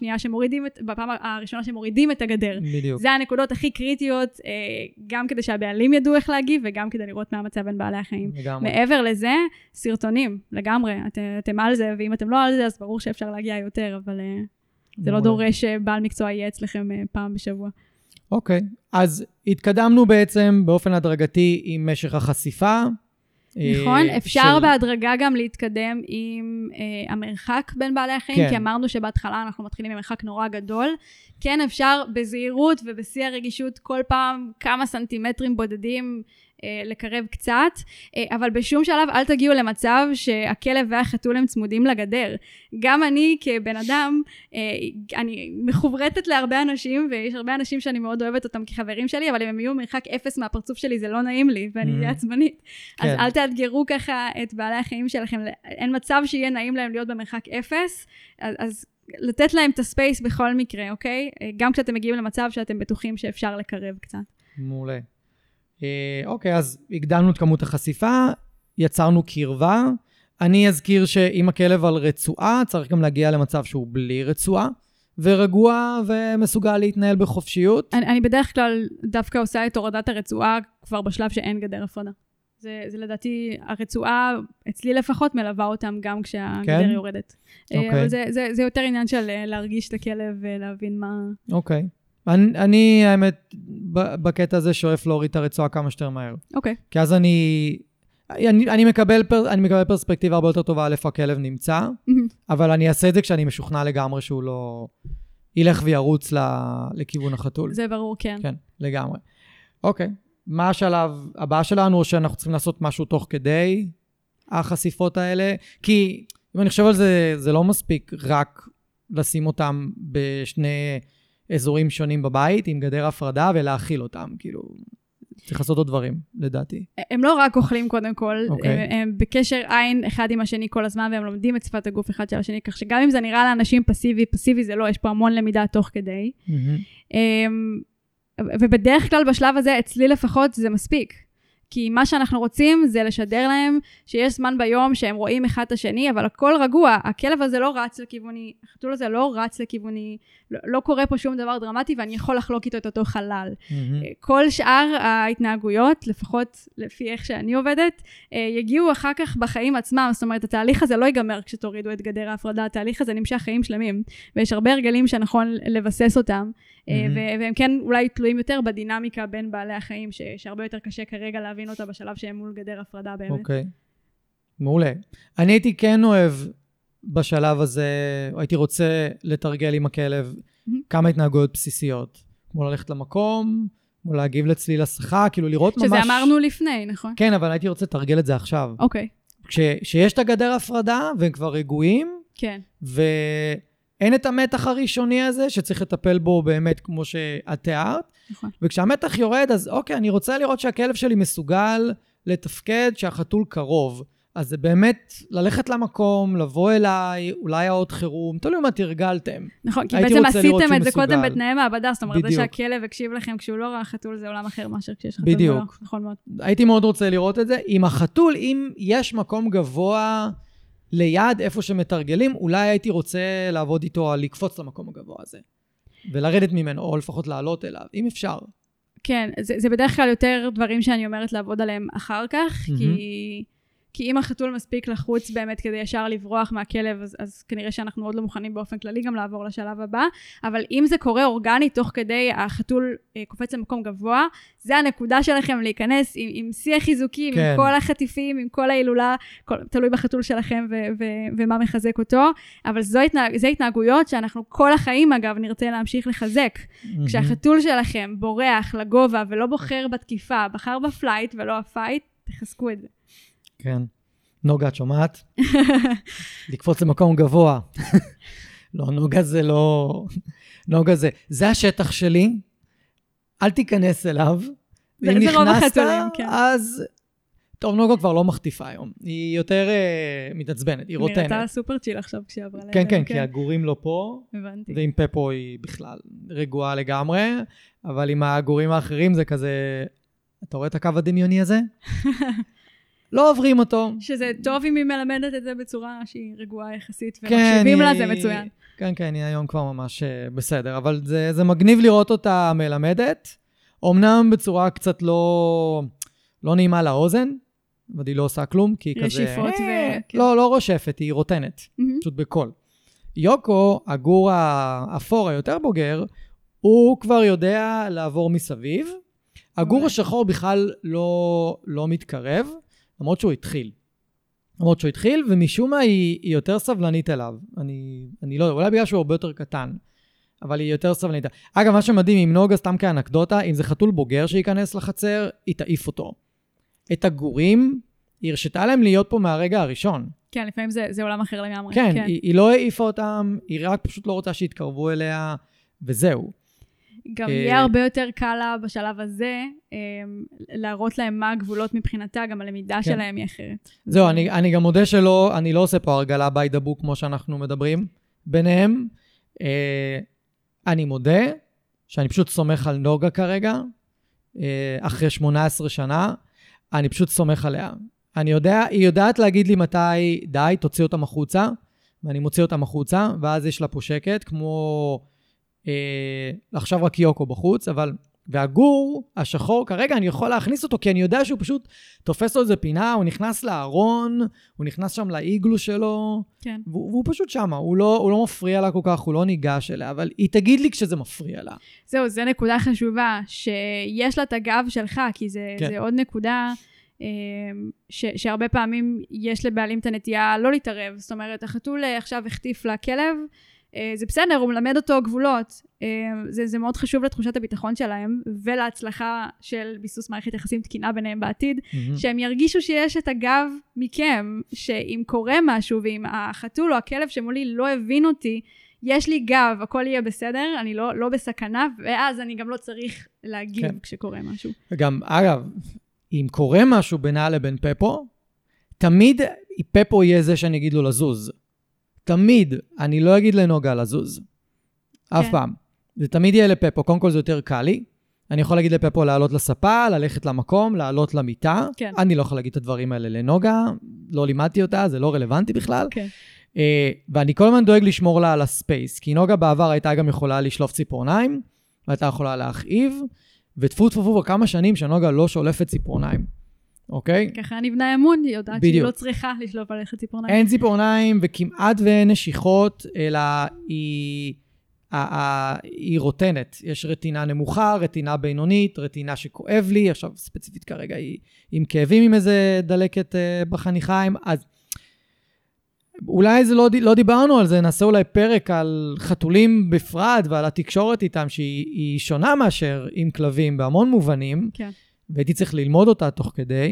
הראשונה שמורידים את הגדר. בדיוק. זה הנקודות הכי קריטיות, גם כדי שהבעלים ידעו איך להגיב, וגם כדי לראות מה המצב בין בעלי החיים. מעבר לזה, סרטונים, לגמרי, אתם על זה, ואם אתם לא על זה, אז ברור שאפשר להגיע יותר, אבל זה לא דורש שבעל מקצוע יהיה אצלכם פעם בשבוע. אוקיי, אז התקדמנו בעצם באופן הדרגתי עם משך החשיפה. נכון, אפשר בהדרגה גם להתקדם עם המרחק בין בעלי החיים, כי אמרנו שבהתחלה אנחנו מתחילים עם מרחק נורא גדול. כן, אפשר בזהירות ובשיא הרגישות כל פעם כמה סנטימטרים בודדים לקרב קצת, אבל בשום שלב אל תגיעו למצב שהכלב והחתול הם צמודים לגדר. גם אני כבן אדם, אני מחוברתת להרבה אנשים, ויש הרבה אנשים שאני מאוד אוהבת אותם כחברים שלי, אבל אם הם יהיו מרחק 0 מהפרצוף שלי, זה לא נעים לי, ואני אהיה עצבנית. אז אל תאתגרו ככה את בעלי החיים שלכם, אין מצב שיהיה נעים להם להיות במרחק 0, אז לתת להם את הספייס בכל מקרה, אוקיי? גם כשאתם מגיעים למצב שאתם בטוחים שאפשר לקרב קצת. מעולה. אוקיי, אז הגדלנו את כמות החשיפה, יצרנו קרבה. אני אזכיר שאם הכלב על רצועה, צריך גם להגיע למצב שהוא בלי רצועה, ורגוע ומסוגל להתנהל בחופשיות. אני בדרך כלל דווקא עושה את הורדת הרצועה כבר בשלב שאין גדר הפרדה. זה לדעתי, הרצועה, אצלי לפחות, מלווה אותם גם כשהגדר יורדת. אבל זה יותר עניין של להרגיש את הכלב ולהבין מה... אוקיי. אני, האמת, בקטע הזה שואף להוריד את הרצועה כמה שיותר מהר. אוקיי. כי אז אני מקבל פרספקטיבה הרבה יותר טובה על איפה הכלב נמצא, אבל אני אעשה את זה כשאני משוכנע לגמרי שהוא לא ילך וירוץ לכיוון החתול. זה ברור, כן. כן, לגמרי. אוקיי. מה השלב הבא שלנו, או שאנחנו צריכים לעשות משהו תוך כדי החשיפות האלה? כי אם אני חושב על זה, זה לא מספיק רק לשים אותם בשני אזורים שונים בבית, עם גדר הפרדה, ולהאכיל אותם, כאילו, צריך לעשות עוד דברים, לדעתי. הם לא רק אוכלים קודם כל, אוקיי. הם בקשר עין אחד עם השני כל הזמן, והם לומדים את שפת הגוף אחד של השני, כך שגם אם זה נראה לאנשים פסיבי זה לא, יש פה המון למידה תוך כדי. ובדרך כלל בשלב הזה, אצלי לפחות, זה מספיק. כי מה שאנחנו רוצים זה לשדר להם שיש זמן ביום שהם רואים אחד את השני, אבל הכל רגוע, הכלב הזה לא רץ לכיווני, החתול הזה לא רץ לכיווני, לא קורה פה שום דבר דרמטי, ואני יכול לחלוק איתו את אותו חלל. כל שאר ההתנהגויות, לפחות לפי איך שאני עובדת, יגיעו אחר כך בחיים עצמם, זאת אומרת, התהליך הזה לא ייגמר כשתורידו את גדר ההפרדה, התהליך הזה נמשך חיים שלמים, ויש הרבה הרגלים שנכון לבסס אותם, והם כן אולי תלויים יותר בדינמיקה בין בעלי החיים, שהרבה יותר קשה כרגע להבין אותה בשלב שהם מול גדר הפרדה באמת. אוקיי, מעולה. אני הייתי כן אוהב בשלב הזה, הייתי רוצה לתרגל עם הכלב כמה התנהגויות בסיסיות, כמו ללכת למקום, כמו להגיב לצליל השיחה, כאילו לראות ממש... שזה אמרנו לפני, נכון? כן, אבל הייתי רוצה לתרגל את זה עכשיו. אוקיי. כשיש את הגדר הפרדה, והם כבר רגועים, כן. אין את המתח הראשוני הזה, שצריך לטפל בו באמת כמו שאת תיארת. נכון. וכשהמתח יורד, אז אוקיי, אני רוצה לראות שהכלב שלי מסוגל לתפקד, שהחתול קרוב. אז זה באמת ללכת למקום, לבוא אליי, אולי עוד חירום, תלוי מה תרגלתם. נכון, כי בעצם עשיתם את זה קודם בתנאי מעבדה, זאת אומרת, זה שהכלב הקשיב לכם כשהוא לא ראה חתול, זה עולם אחר מאשר כשיש חתול. בדיוק. נכון מאוד. הייתי מאוד רוצה לראות את זה. עם החתול, אם יש מקום גבוה ליד איפה שמתרגלים, אולי הייתי רוצה לעבוד איתו על לקפוץ למקום הגבוה הזה. ולרדת ממנו, או לפחות לעלות אליו, אם אפשר. כן, זה בדרך כלל יותר דברים שאני אומרת לעבוד עליהם אחר כך, כי אם החתול מספיק לחוץ באמת כדי ישר לברוח מהכלב, אז כנראה שאנחנו עוד לא מוכנים באופן כללי גם לעבור לשלב הבא, אבל אם זה קורה אורגני תוך כדי החתול קופץ למקום גבוה, זה הנקודה שלכם להיכנס עם שיח חיזוקים, עם כל החטיפים, עם כל ההילולה, תלוי בחתול שלכם ומה מחזק אותו, אבל זה התנהגויות שאנחנו כל החיים אגב נרצה להמשיך לחזק. כשהחתול שלכם בורח לגובה ולא בוחר בתקיפה, בחר בפלייט ולא הפייט, תחזקו את זה. כן. נוגה, את שומעת? לקפוץ למקום גבוה. לא, נוגה זה לא... נוגה זה השטח שלי, אל תיכנס אליו. זה רוב החתולים, כן. אז... טוב, נוגה כבר לא מחטיפה היום. היא יותר מתעצבנת, היא רוטנת. נראתה סופר צ'יל עכשיו כשהיא עברה להם. כן, כן, כי הגורים לא פה. הבנתי. ועם פפו היא בכלל רגועה לגמרי, אבל עם הגורים האחרים זה כזה... אתה רואה את הקו הדמיוני הזה? לא עוברים אותו. שזה טוב אם היא מלמדת את זה בצורה שהיא רגועה יחסית, ומקשיבים לה, זה מצוין. כן, כן, היא היום כבר ממש בסדר, אבל זה מגניב לראות אותה מלמדת, אמנם בצורה קצת לא נעימה לאוזן, אבל היא לא עושה כלום, כי היא כזה... רשיפות לא רושפת, היא רוטנת, פשוט בקול. יוקו, הגור האפור היותר בוגר, הוא כבר יודע לעבור מסביב, הגור השחור בכלל לא מתקרב, למרות שהוא התחיל, ומשום מה היא יותר סבלנית אליו. אני לא יודע, אולי בגלל שהוא הרבה יותר קטן, אבל היא יותר סבלנית. אגב, מה שמדהים עם נוגה, סתם כאנקדוטה, אם זה חתול בוגר שייכנס לחצר, היא תעיף אותו. את הגורים, היא הרשתה להם להיות פה מהרגע הראשון. כן, לפעמים זה עולם אחר לגמרי. כן, היא לא העיפה אותם, היא רק פשוט לא רוצה שיתקרבו אליה, וזהו. גם יהיה הרבה יותר קל לה בשלב הזה, להראות להם מה הגבולות מבחינתה, גם הלמידה שלהם היא אחרת. זהו, אני גם מודה שלא, אני לא עושה פה הרגלה by the book כמו שאנחנו מדברים ביניהם. אני מודה שאני פשוט סומך על נוגה כרגע, אחרי 18 שנה, אני פשוט סומך עליה. היא יודעת להגיד לי מתי, די, תוציא אותם החוצה, ואני מוציא אותם החוצה, ואז יש לה פה שקט, כמו... עכשיו רק יוקו בחוץ, אבל, והגור השחור, כרגע אני יכול להכניס אותו, כי אני יודע שהוא פשוט תופס לו איזה פינה, הוא נכנס לארון, הוא נכנס שם לאיגלו שלו, כן. והוא פשוט שם, הוא לא מפריע לה כל כך, הוא לא ניגש אליה, אבל היא תגיד לי כשזה מפריע לה. זהו, זה נקודה חשובה, שיש לה את הגב שלך, כי זה עוד נקודה... שהרבה פעמים יש לבעלים את הנטייה לא להתערב, זאת אומרת, החתול עכשיו החטיף לכלב, זה בסדר, הוא מלמד אותו גבולות. זה מאוד חשוב לתחושת הביטחון שלהם, ולהצלחה של ביסוס מערכת יחסים תקינה ביניהם בעתיד, שהם ירגישו שיש את הגב מכם, שאם קורה משהו, ואם החתול או הכלב שמולי לא הבין אותי, יש לי גב, הכל יהיה בסדר, אני לא בסכנה, ואז אני גם לא צריך להגיב כשקורה משהו. וגם, אגב, אם קורה משהו בינה לבין פפו, תמיד פפו יהיה זה שאני אגיד לו לזוז. תמיד, אני לא אגיד לנוגה לזוז. אף פעם. זה תמיד יהיה לפפו. קודם כל זה יותר קל לי. אני יכול להגיד לפפו לעלות לספה, ללכת למקום, לעלות למיטה. כן. אני לא יכול להגיד את הדברים האלה לנוגה. לא לימדתי אותה, זה לא רלוונטי בכלל. כן. ואני כל הזמן דואג לשמור לה על הספייס. כי נוגה בעבר הייתה גם יכולה לשלוף ציפורניים, והייתה יכולה להכאיב, ותפו תפו כמה שנים שנוגה לא שולפת ציפורניים. אוקיי? ככה נבנה אמון, היא יודעת שהיא לא צריכה לשלוף עליך ציפורניים. אין ציפורניים וכמעט ואין נשיכות, אלא היא רוטנת. יש רטינה נמוכה, רטינה בינונית, רטינה שכואב לי, עכשיו ספציפית כרגע היא עם כאבים עם איזה דלקת בחניכיים, אז אולי זה לא דיברנו על זה, נעשה אולי פרק על חתולים בפרט ועל התקשורת איתם, שהיא שונה מאשר עם כלבים בהמון מובנים, כן. והייתי צריך ללמוד אותה תוך כדי.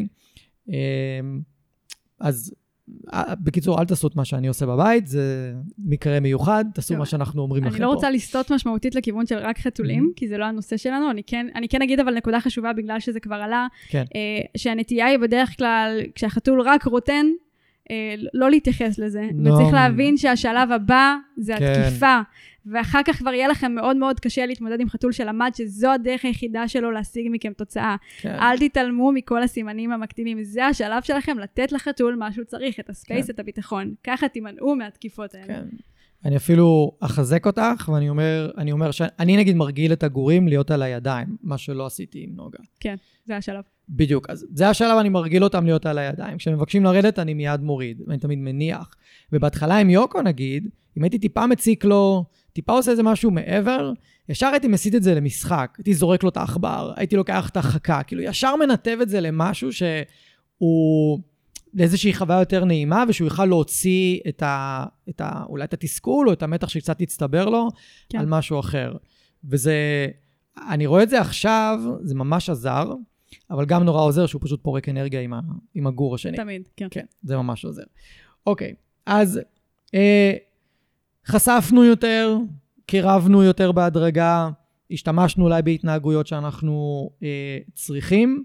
אז בקיצור, אל תעשו את מה שאני עושה בבית, זה מקרה מיוחד, תעשו מה שאנחנו אומרים לכם פה. אני לא רוצה לסטות משמעותית לכיוון של רק חתולים, כי זה לא הנושא שלנו, אני כן אגיד אבל נקודה חשובה בגלל שזה כבר עלה, שהנטייה היא בדרך כלל, כשהחתול רק רוטן, לא להתייחס לזה, וצריך להבין שהשלב הבא זה התקיפה, ואחר כך כבר יהיה לכם מאוד מאוד קשה להתמודד עם חתול שלמד שזו הדרך היחידה שלו להשיג מכם תוצאה. אל תתעלמו מכל הסימנים המקדימים, זה השלב שלכם לתת לחתול מה שהוא צריך, את הספייס, את הביטחון. ככה תימנעו מהתקיפות האלה. אני אפילו אחזק אותך, ואני אומר שאני נגיד מרגיל את הגורים להיות על הידיים, מה שלא עשיתי עם נוגה. כן, זה השלב. בדיוק, אז זה השלב, אני מרגיל אותם להיות על הידיים. כשמבקשים לרדת, אני מיד מוריד, ואני תמיד מניח. ובהתחלה עם יוקו נגיד, אם הייתי טיפה מציק לו, טיפה עושה איזה משהו מעבר, ישר הייתי מסיט את זה למשחק, הייתי זורק לו את האחבר, הייתי לוקח את החכה, כאילו ישר מנתב את זה למשהו שהוא לאיזושהי חוויה יותר נעימה, ושהוא יוכל להוציא אולי את התסכול, או את המתח שקצת יצטבר לו, כן. על משהו אחר. וזה, אני רואה את זה עכשיו, זה ממש עזר, אבל גם נורא עוזר שהוא פשוט פורק אנרגיה עם הגור השני. תמיד, כן. כן, זה ממש עוזר. אוקיי, אז חשפנו יותר, קירבנו יותר בהדרגה, השתמשנו אולי בהתנהגויות שאנחנו צריכים.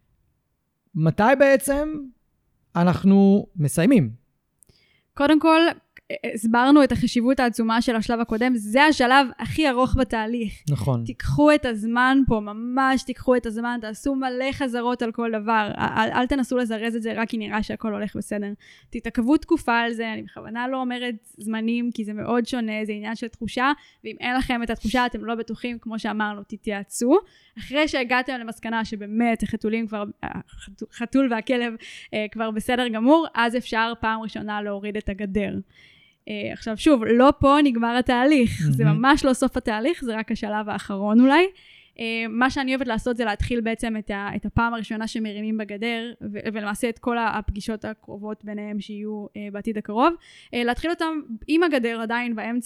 מתי בעצם אנחנו מסיימים? קודם כל, הסברנו את החשיבות העצומה של השלב הקודם, זה השלב הכי ארוך בתהליך. נכון. תיקחו את הזמן פה, ממש תיקחו את הזמן, תעשו מלא חזרות על כל דבר, אל תנסו לזרז את זה רק כי נראה שהכל הולך בסדר. תתעכבו תקופה על זה, אני בכוונה לא אומרת זמנים, כי זה מאוד שונה, זה עניין של תחושה, ואם אין לכם את התחושה, אתם לא בטוחים, כמו שאמרנו, תתייעצו. אחרי שהגעתם למסקנה שבאמת החתולים כבר, החתול והכלב כבר בסדר גמור, אז אפשר פעם ראשונה להוריד את הגדר. עכשיו שוב, לא פה נגמר התהליך, זה ממש לא סוף התהליך, זה רק השלב האחרון אולי. מה שאני אוהבת לעשות זה להתחיל בעצם את הפעם הראשונה שמרימים בגדר, ולמעשה את כל הפגישות הקרובות ביניהם שיהיו בעתיד הקרוב, להתחיל אותם עם הגדר עדיין באמצע,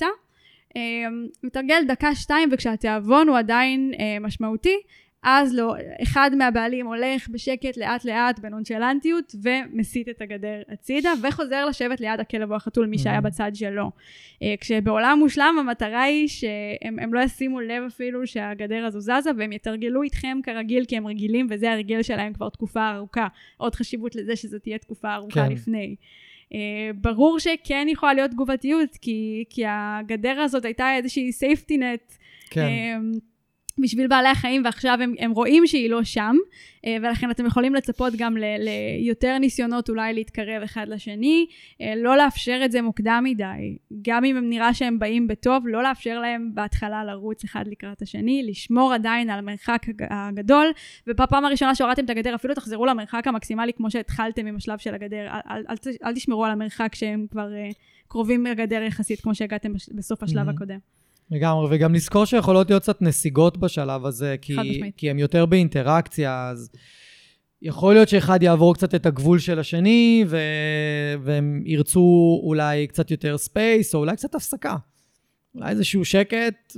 מתרגל דקה-שתיים, וכשהתיאבון הוא עדיין משמעותי, אז לא, אחד מהבעלים הולך בשקט לאט לאט בנונשלנטיות ומסיט את הגדר הצידה וחוזר לשבת ליד הכלב או החתול מי שהיה בצד שלו. כשבעולם מושלם המטרה היא שהם לא ישימו לב אפילו שהגדר הזו זזה והם יתרגלו איתכם כרגיל כי הם רגילים וזה הרגל שלהם כבר תקופה ארוכה. עוד חשיבות לזה שזו תהיה תקופה ארוכה לפני. ברור שכן יכולה להיות תגובתיות כי הגדר הזאת הייתה איזושהי safety net. כן. בשביל בעלי החיים, ועכשיו הם רואים שהיא לא שם, ולכן אתם יכולים לצפות גם ליותר ניסיונות אולי להתקרב אחד לשני, לא לאפשר את זה מוקדם מדי, גם אם הם נראה שהם באים בטוב, לא לאפשר להם בהתחלה לרוץ אחד לקראת השני, לשמור עדיין על המרחק הגדול, ובפעם הראשונה שהורדתם את הגדר, אפילו תחזרו למרחק המקסימלי כמו שהתחלתם עם השלב של הגדר, אל תשמרו על המרחק שהם כבר קרובים לגדר יחסית, כמו שהגעתם בסוף השלב הקודם. לגמרי, וגם לזכור שיכולות להיות קצת נסיגות בשלב הזה, כי הם יותר באינטראקציה, אז יכול להיות שאחד יעבור קצת את הגבול של השני, והם ירצו אולי קצת יותר ספייס, או אולי קצת הפסקה. אולי איזשהו שקט,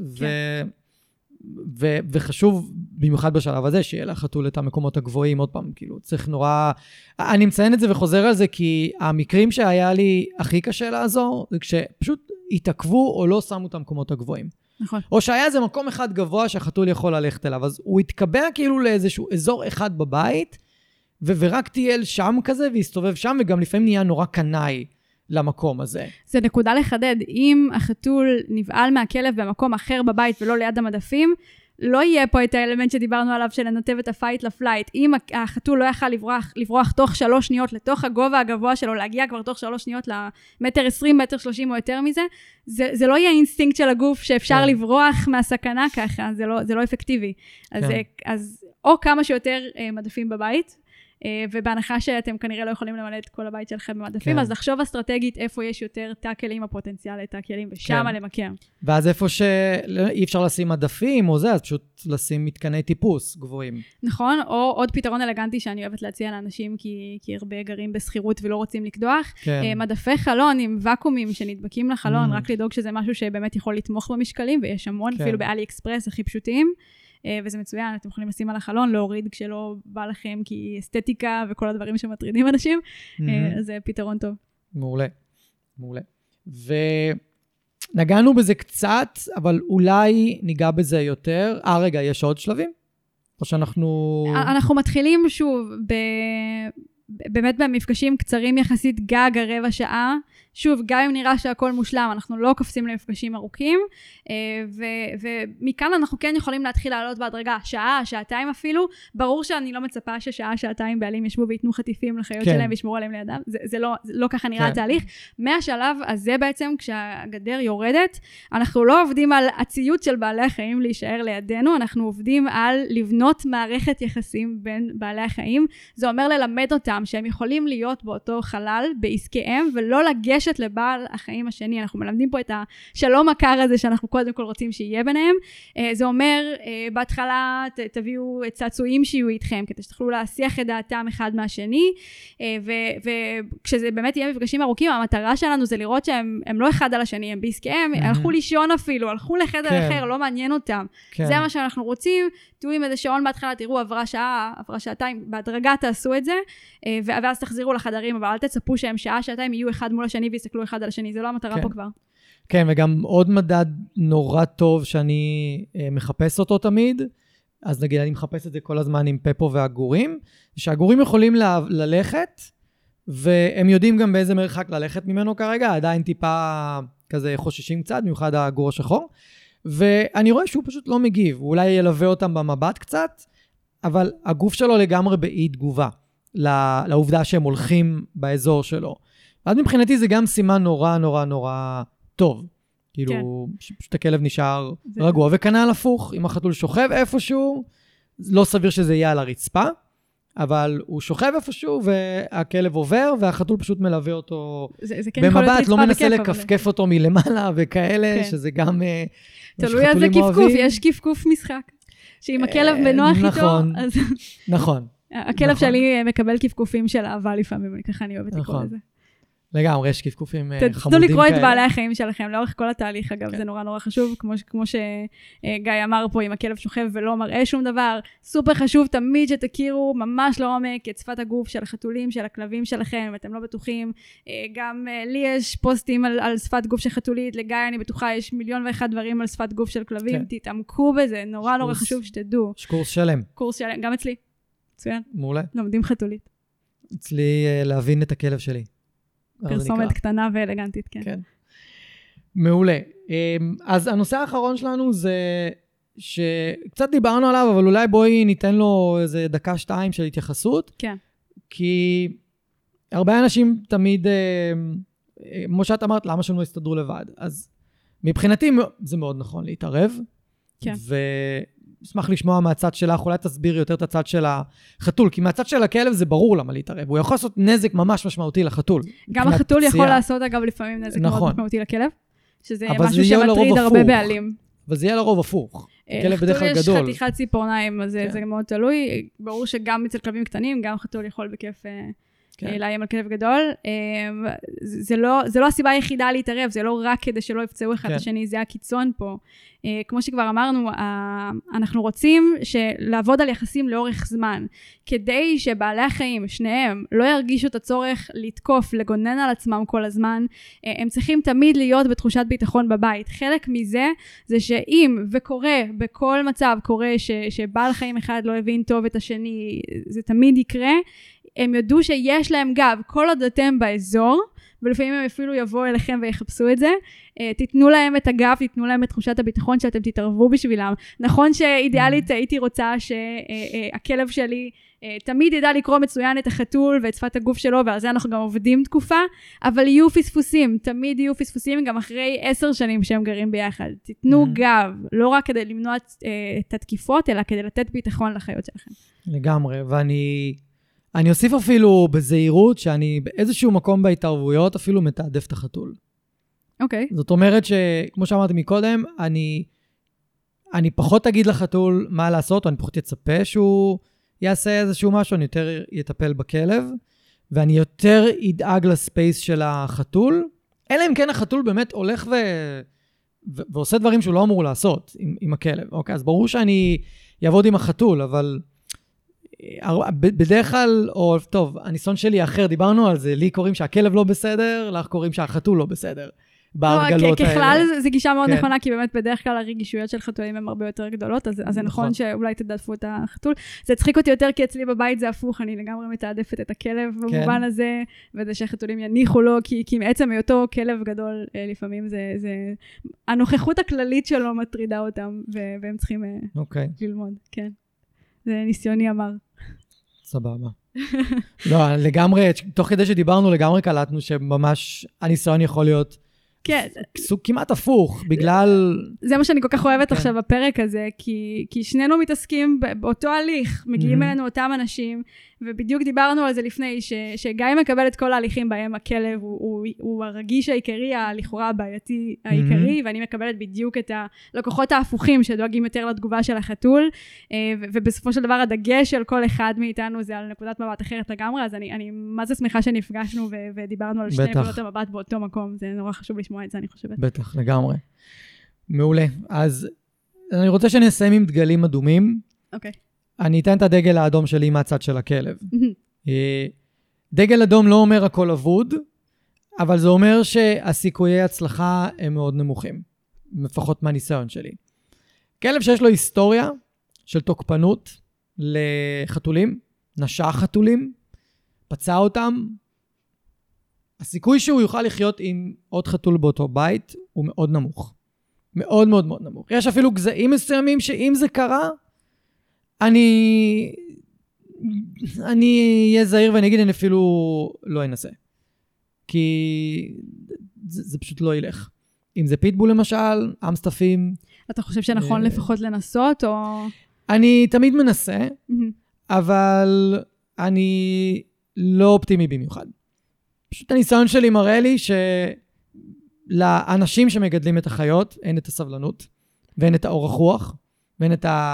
וחשוב במיוחד בשלב הזה, שיהיה לחתול את המקומות הגבוהים, עוד פעם, כאילו, צריך נורא... אני מציין את זה וחוזר על זה, כי המקרים שהיה לי הכי קשה לעזור, זה כשפשוט התעכבו או לא שמו את המקומות הגבוהים. נכון. או שהיה איזה מקום אחד גבוה שהחתול יכול ללכת אליו, אז הוא התקבע כאילו לאיזשהו אזור אחד בבית, ורק טייל שם כזה, והסתובב שם, וגם לפעמים נהיה נורא קנאי למקום הזה. זה נקודה לחדד, אם החתול נבעל מהכלב במקום אחר בבית ולא ליד המדפים, לא יהיה פה את האלמנט שדיברנו עליו של לנתב את הפייט לפלייט. אם החתול לא יכל לברוח תוך 3 שניות לתוך הגובה הגבוה שלו, להגיע כבר תוך 3 שניות למטר 20, מטר 30 או יותר מזה, זה לא יהיה אינסטינקט של הגוף שאפשר לברוח מהסכנה ככה, זה לא אפקטיבי. אז או כמה שיותר מדפים בבית, ובהנחה שאתם כנראה לא יכולים למלא את כל הבית שלכם במדפים, אז לחשוב אסטרטגית איפה יש יותר תאקלים, הפוטנציאל לתאקלים, ושם למקם. ואז איפה שאי אפשר לשים מדפים או זה, אז פשוט לשים מתקני טיפוס גבוהים. נכון, או עוד פתרון אלגנטי שאני אוהבת להציע לאנשים, כי הרבה גרים בסחירות ולא רוצים לקדוח, מדפי חלון עם וקומים שנדבקים לחלון, רק לדאוג שזה משהו שבאמת יכול לתמוך במשקלים, ויש המון, אפילו באלי אקספרס הכי פשוטים, וזה מצוין, אתם יכולים לשים על החלון, להוריד כשלא בא לכם, כי אסתטיקה וכל הדברים שמטרידים אנשים, אז זה פתרון טוב. מעולה, מעולה. ונגענו בזה קצת, אבל אולי ניגע בזה יותר. רגע, יש עוד שלבים? או שאנחנו... אנחנו מתחילים שוב באמת במפגשים קצרים יחסית גג הרבע שעה, שוב, גם אם נראה שהכל מושלם, אנחנו לא קופצים למפגשים ארוכים, ומכאן אנחנו כן יכולים להתחיל לעלות בהדרגה, שעה, שעתיים אפילו, ברור שאני לא מצפה ששעה, שעתיים בעלים ישבו ויתנו חטיפים לחיות שלהם וישמרו עליהם לידם, זה לא ככה נראה התהליך. מהשלב הזה בעצם, כשהגדר יורדת, אנחנו לא עובדים על הציות של בעלי החיים להישאר לידינו, אנחנו עובדים על לבנות מערכת יחסים בין בעלי החיים, זה אומר ללמד אותם שהם יכולים להיות באותו חלל, בעסקיהם, ולא לגשת לבעל החיים השני. אנחנו מלמדים פה את השלום הקר הזה שאנחנו קודם כל רוצים שיהיה ביניהם. זה אומר, בהתחלה תביאו צעצועים שיהיו איתכם, כדי שתוכלו להסיח את דעתם אחד מהשני, וכשזה באמת יהיה מפגשים ארוכים, המטרה שלנו זה לראות שהם לא אחד על השני, הם בעסקיהם, הלכו לישון אפילו, הלכו לחדר אחר, לא מעניין אותם. זה מה שאנחנו רוצים, תהיו עם איזה שעון בהתחלה, תראו, עברה שעה, עברה שעתיים, בהדרגה תעשו את זה, ואז תחזירו לחדרים, אבל אל תצפו שהם שעה, שעתיים יהיו אחד מול השני ויסתכלו אחד על השני, זה לא המטרה פה כבר. כן, וגם עוד מדד נורא טוב שאני מחפש אותו תמיד, אז נגיד אני מחפש את זה כל הזמן עם פפו והגורים, שהגורים יכולים ללכת, והם יודעים גם באיזה מרחק ללכת ממנו כרגע, עדיין טיפה כזה חוששים קצת, במיוחד הגור השחור, ואני רואה שהוא פשוט לא מגיב, הוא אולי ילווה אותם במבט קצת, אבל הגוף שלו לגמרי באי תגובה, לעובדה שהם הולכים באזור שלו. אז מבחינתי זה גם סימן נורא נורא נורא טוב. כאילו, פשוט הכלב נשאר רגוע, וכנ"ל הפוך, אם החתול שוכב איפשהו, לא סביר שזה יהיה על הרצפה, אבל הוא שוכב איפשהו, והכלב עובר, והחתול פשוט מלווה אותו במבט, לא מנסה לקפקף אותו מלמעלה, וכאלה, שזה גם... תלוי איזה כפקוף, יש כפקוף משחק. שאם הכלב בנוח איתו, אז... נכון. הכלב שלי מקבל כפקופים של אהבה לפעמים, ככה אני אוהבת לקרוא לזה. לגמרי, יש כפקופים חמודים כאלה. תנו לקרוא את בעלי החיים שלכם, לאורך כל התהליך, אגב, זה נורא נורא חשוב, כמו שגיא אמר פה, אם הכלב שוכב ולא מראה שום דבר, סופר חשוב תמיד שתכירו ממש לעומק את שפת הגוף של החתולים, של הכלבים שלכם, אם אתם לא בטוחים, גם לי יש פוסטים על שפת גוף של חתולית, לגיא אני בטוחה, יש 1,001,000 דברים על שפת גוף של כלבים, תתעמקו בזה, נורא נורא חשוב שתדעו. יש קורס שלם. קורס שלם, גם אצלי. מצוין. מעולה. לומדים חתולית. אצלי להבין את הכלב שלי. פרסומת קטנה ואלגנטית, כן. כן. מעולה. אז הנושא האחרון שלנו זה שקצת דיברנו עליו, אבל אולי בואי ניתן לו איזה דקה-שתיים של התייחסות. כן. כי הרבה אנשים תמיד, כמו שאת אמרת, למה שהם לא יסתדרו לבד? אז מבחינתי זה מאוד נכון להתערב. כן. אשמח לשמוע מהצד שלך, אולי תסביר יותר את הצד של החתול, כי מהצד של הכלב זה ברור למה להתערב, הוא יכול לעשות נזק ממש משמעותי לחתול. גם החתול יכול לעשות אגב לפעמים נזק מאוד משמעותי לכלב, שזה משהו שמטריד הרבה בעלים. אבל זה יהיה לרוב הפוך, כלב בדרך כלל גדול. יש חתיכת ציפורניים, אז זה מאוד תלוי, ברור שגם אצל כלבים קטנים, גם חתול יכול בכיף לאיים על כלב גדול. זה לא הסיבה היחידה להתערב, זה לא רק כדי שלא יפצעו אחד השני, זה הקיצון פה. כמו שכבר אמרנו, אנחנו רוצים לעבוד על יחסים לאורך זמן, כדי שבעלי החיים, שניהם, לא ירגישו את הצורך לתקוף, לגונן על עצמם כל הזמן, הם צריכים תמיד להיות בתחושת ביטחון בבית. חלק מזה זה שאם וקורה, בכל מצב קורה שבעל חיים אחד לא הבין טוב את השני, זה תמיד יקרה, הם יודעו שיש להם גב, כל עוד אתם באזור, ולפעמים הם אפילו יבואו אליכם ויחפשו את זה, תיתנו להם את הגב, תיתנו להם את תחושת הביטחון שאתם תתערבו בשבילם. נכון שאידיאלית הייתי רוצה שהכלב שלי תמיד ידע לקרוא מצוין את החתול ואת שפת הגוף שלו, ועל זה אנחנו גם עובדים תקופה, אבל יהיו פספוסים, תמיד יהיו פספוסים, גם אחרי 10 שנים שהם גרים ביחד. תיתנו גב, לא רק כדי למנוע את התקיפות, אלא כדי לתת ביטחון לחיות שלכם. לגמרי, אני אוסיף אפילו בזהירות שאני באיזשהו מקום בהתערבויות אפילו מתעדף את החתול. אוקיי. זאת אומרת שכמו שאמרתי מקודם, אני פחות אגיד לחתול מה לעשות, או אני פחות יצפה שהוא יעשה איזשהו משהו, אני יותר יטפל בכלב, ואני יותר ידאג לספייס של החתול, אלא אם כן החתול באמת הולך ועושה דברים שהוא לא אמור לעשות עם הכלב. אוקיי, אז ברור שאני יעבוד עם החתול, אבל בדרך כלל, או טוב, הניסיון שלי אחר, דיברנו על זה, לי קוראים שהכלב לא בסדר, לך קוראים שהחתול לא בסדר, בהרגלות האלה. ככלל זה גישה מאוד נכונה, כי באמת בדרך כלל הרגישויות של חתולים הן הרבה יותר גדולות, אז זה נכון שאולי תדעפו את החתול. זה הצחיק אותי יותר, כי אצלי בבית זה הפוך, אני לגמרי מתעדפת את הכלב במובן הזה, וזה שהחתולים יניחו לו, כי מעצם היותו כלב גדול, לפעמים זה הנוכחות הכללית שלו מטרידה אותם, והם צריכים ללמוד, כן. זה ניסיוני אמר. סבבה. לא, לגמרי, תוך כדי שדיברנו, לגמרי קלטנו שממש הניסיון יכול להיות סוג כמעט הפוך, בגלל... זה מה שאני כל כך אוהבת עכשיו בפרק הזה, כי שנינו מתעסקים באותו הליך, מגיעים אלינו אותם אנשים, ובדיוק דיברנו על זה לפני, שגם אם מקבל את כל ההליכים בהם הכלב הוא הרגיש העיקרי, לכאורה הבעייתי העיקרי, ואני מקבלת בדיוק את הלקוחות ההפוכים שדואגים יותר לתגובה של החתול, ובסופו של דבר הדגש של כל אחד מאיתנו זה על נקודת מבט אחרת לגמרי, אז אני מה זה שמחה שנפגשנו ודיברנו על שני נקודות המבט באותו מקום, זה נורא חשוב לשמוע את זה, אני חושבת. בטח, לגמרי. מעולה. אז אני רוצה שנסיים עם דגלים אדומים. אוקיי. אני אתן את הדגל האדום שלי מהצד של הכלב. דגל אדום לא אומר הכל אבוד, אבל זה אומר שהסיכויי הצלחה הם מאוד נמוכים, לפחות מהניסיון שלי. כלב שיש לו היסטוריה של תוקפנות לחתולים, נשך חתולים, פצע אותם, הסיכוי שהוא יוכל לחיות עם עוד חתול באותו בית הוא מאוד נמוך. מאוד מאוד מאוד נמוך. יש אפילו גזעים מסוימים שאם זה קרה, אני אהיה זהיר ואני אגיד, אני אפילו לא אנסה. כי זה פשוט לא ילך. אם זה פיטבול למשל, אמסטפים. אתה חושב שנכון לפחות לנסות או... אני תמיד מנסה, אבל אני לא אופטימי במיוחד. פשוט הניסיון שלי מראה לי שלאנשים שמגדלים את החיות, אין את הסבלנות, ואין את האורך רוח, ואין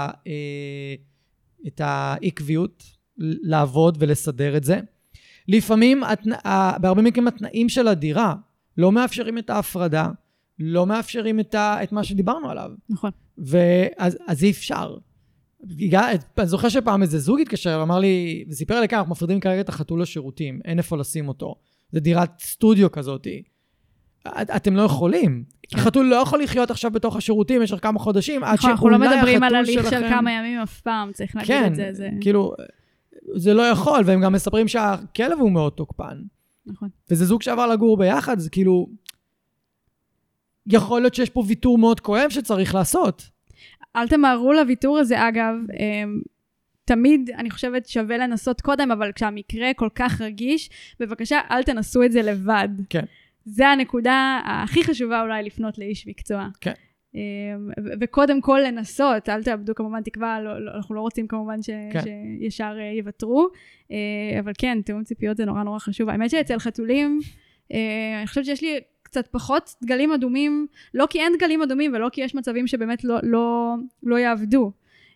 את העקביות לעבוד ולסדר את זה. לפעמים, בהרבה מקרים התנאים של הדירה, לא מאפשרים את ההפרדה, לא מאפשרים את מה שדיברנו עליו. נכון. אז אי אפשר. אני זוכר שפעם איזה זוג התקשר, אמר לי, וסיפר לי כמה, אנחנו מפרידים כרגע את החתול לשירותים, אין איפה לשים אותו. זה דירת סטודיו כזאת. אתם לא יכולים. החתול לא יכול לחיות עכשיו בתוך השירותים, יש כמה חודשים, עד שאולי אנחנו לא מדברים על הליך של כמה ימים אף פעם, צריך להגיד את זה. כן, כאילו, זה לא יכול, והם גם מספרים שהכלב הוא מאוד תוקפן. נכון. וזה זוג שעבר לגור ביחד, זה כאילו, יכול להיות שיש פה ויתור מאוד כואב שצריך לעשות. אל תמהרו לוויתור הזה, אגב, תמיד אני חושבת שווה לנסות קודם, אבל כשהמקרה כל כך רגיש, בבקשה, אל תנסו את זה לבד. כן. זה הנקודה הכי חשובה אולי לפנות לאיש מקצוע. כן. וקודם כל לנסות, אל תאבדו כמובן תקווה, אנחנו לא רוצים כמובן שישר יוותרו, אבל כן, תיאום ציפיות זה נורא נורא חשוב. האמת שאצל חתולים, אני חושבת שיש לי קצת פחות דגלים אדומים, לא כי אין דגלים אדומים, ולא כי יש מצבים שבאמת לא יעבדו.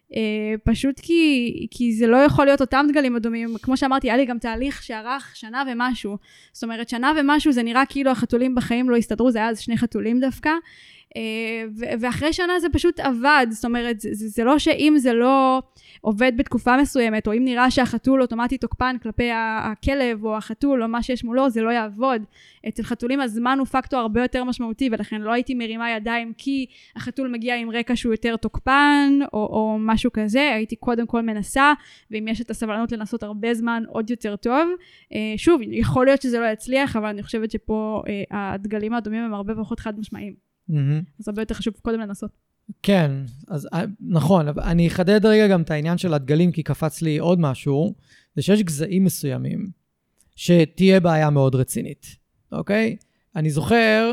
פשוט כי זה לא יכול להיות אותם דגלים אדומים. כמו שאמרתי, היה לי גם תהליך שערך שנה ומשהו. זאת אומרת, שנה ומשהו זה נראה כאילו החתולים בחיים לא הסתדרו, זה היה אז 2 חתולים דווקא. ואחרי שנה זה פשוט עבד. זאת אומרת, זה לא שאם זה לא עובד בתקופה מסוימת, או אם נראה שהחתול אוטומטית תוקפן כלפי הכלב או החתול או מה שיש מולו, זה לא יעבוד. אצל חתולים הזמן הוא פקטור הרבה יותר משמעותי, ולכן לא הייתי מרימה ידיים כי החתול מגיע עם רקע שהוא יותר תוקפן או משהו כזה. הייתי קודם כל מנסה, ואם יש את הסבלנות לנסות הרבה זמן עוד יותר טוב. שוב, יכול להיות שזה לא יצליח, אבל אני חושבת שפה הדגלים האדומים הם הרבה פחות חד משמעיים. אז הרבה יותר חשוב קודם לנסות. כן, אז נכון, אני אחדד רגע גם את העניין של הדגלים, כי קפץ לי עוד משהו, זה שיש גזעים מסוימים, שתהיה בעיה מאוד רצינית, אוקיי? אני זוכר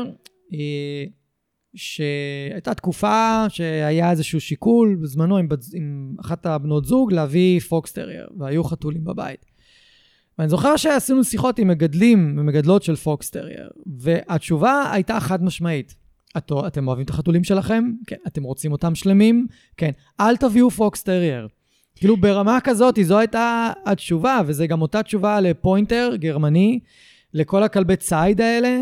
שהייתה תקופה שהיה איזשהו שיקול, בזמנו עם אחת הבנות זוג, להביא פוקסטרייר, והיו חתולים בבית. ואני זוכר שעשינו שיחות עם מגדלים ומגדלות של פוקסטרייר, והתשובה הייתה חד משמעית. אתם אוהבים את החתולים שלכם? כן. אתם רוצים אותם שלמים? כן. אל תביאו פוקסטרייר. כאילו ברמה כזאת, זו הייתה התשובה, וזה גם אותה תשובה לפוינטר גרמני, לכל הכלבי צייד האלה.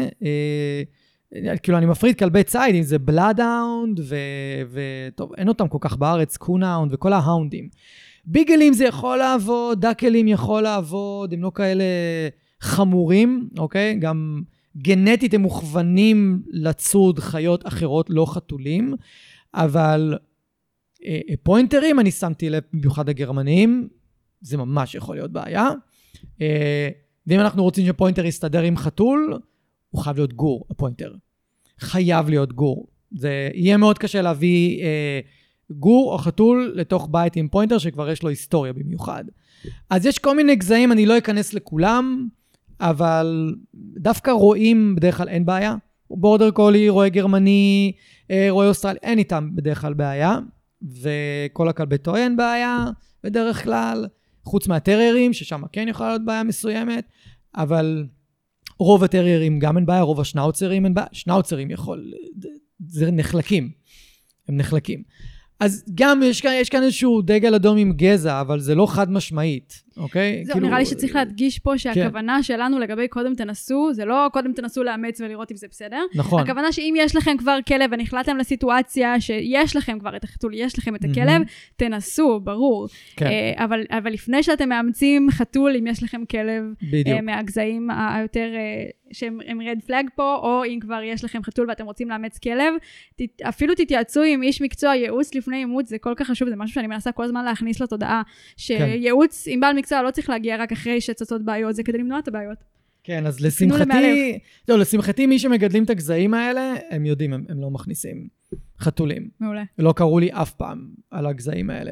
כאילו אני מפריד כלבי צייד, אם זה בלאדהאונד, וטוב, אין אותם כל כך בארץ, קונהאונד וכל ההאונדים. ביגלים זה יכול לעבוד, דקלים יכול לעבוד, הם לא כאלה חמורים, אוקיי? גם גנטית הם מוכוונים לצוד חיות אחרות, לא חתולים, אבל פוינטרים, אני שמתי לב במיוחד הגרמניים, זה ממש יכול להיות בעיה. ואם אנחנו רוצים שפוינטר יסתדר עם חתול, הוא חייב להיות גור, הפוינטר. חייב להיות גור. זה יהיה מאוד קשה להביא גור או חתול לתוך בית עם פוינטר, שכבר יש לו היסטוריה במיוחד. אז יש כל מיני גזעים, אני לא אכנס לכולם, אבל דווקא רואים בדרך כלל אין בעיה. בורדר קולי, רואה גרמני, רואה אוסטרלי, אין איתם בדרך כלל בעיה. וכל הכלבי טוי אין בעיה, בדרך כלל, חוץ מהטריירים, ששם כן יכולה להיות בעיה מסוימת, אבל רוב הטריירים גם אין בעיה, רוב השנאוצרים אין בעיה. שנאוצרים יכול, זה נחלקים. הם נחלקים. אז גם יש כאן איזשהו דגל אדום עם גזע, אבל זה לא חד משמעית, אוקיי? זהו, נראה לי שצריך להדגיש פה שהכוונה שלנו לגבי קודם תנסו, זה לא קודם תנסו לאמץ ולראות אם זה בסדר. נכון. הכוונה שאם יש לכם כבר כלב ונחלטתם לסיטואציה שיש לכם כבר את החתול, יש לכם את הכלב, תנסו, ברור. כן. אבל לפני שאתם מאמצים חתול, אם יש לכם כלב מהגזעים היותר שהם red flag פה, או אם כבר יש לכם חתול ואתם רוצים לאמץ כלב, אפילו תתייעצו עם איש מקצוע, ייעוץ לפני אימוץ, זה כל כך חשוב, זה משהו שאני מנסה כל הזמן להכניס לתודעה, שייעוץ עם בעל מקצוע לא צריך להגיע רק אחרי שצצות בעיות, זה כדי למנוע את הבעיות. כן, אז לשמחתי מי שמגדלים את הגזעים האלה, הם יודעים, הם לא מכניסים חתולים. מעולה. לא קראו לי אף פעם על הגזעים האלה.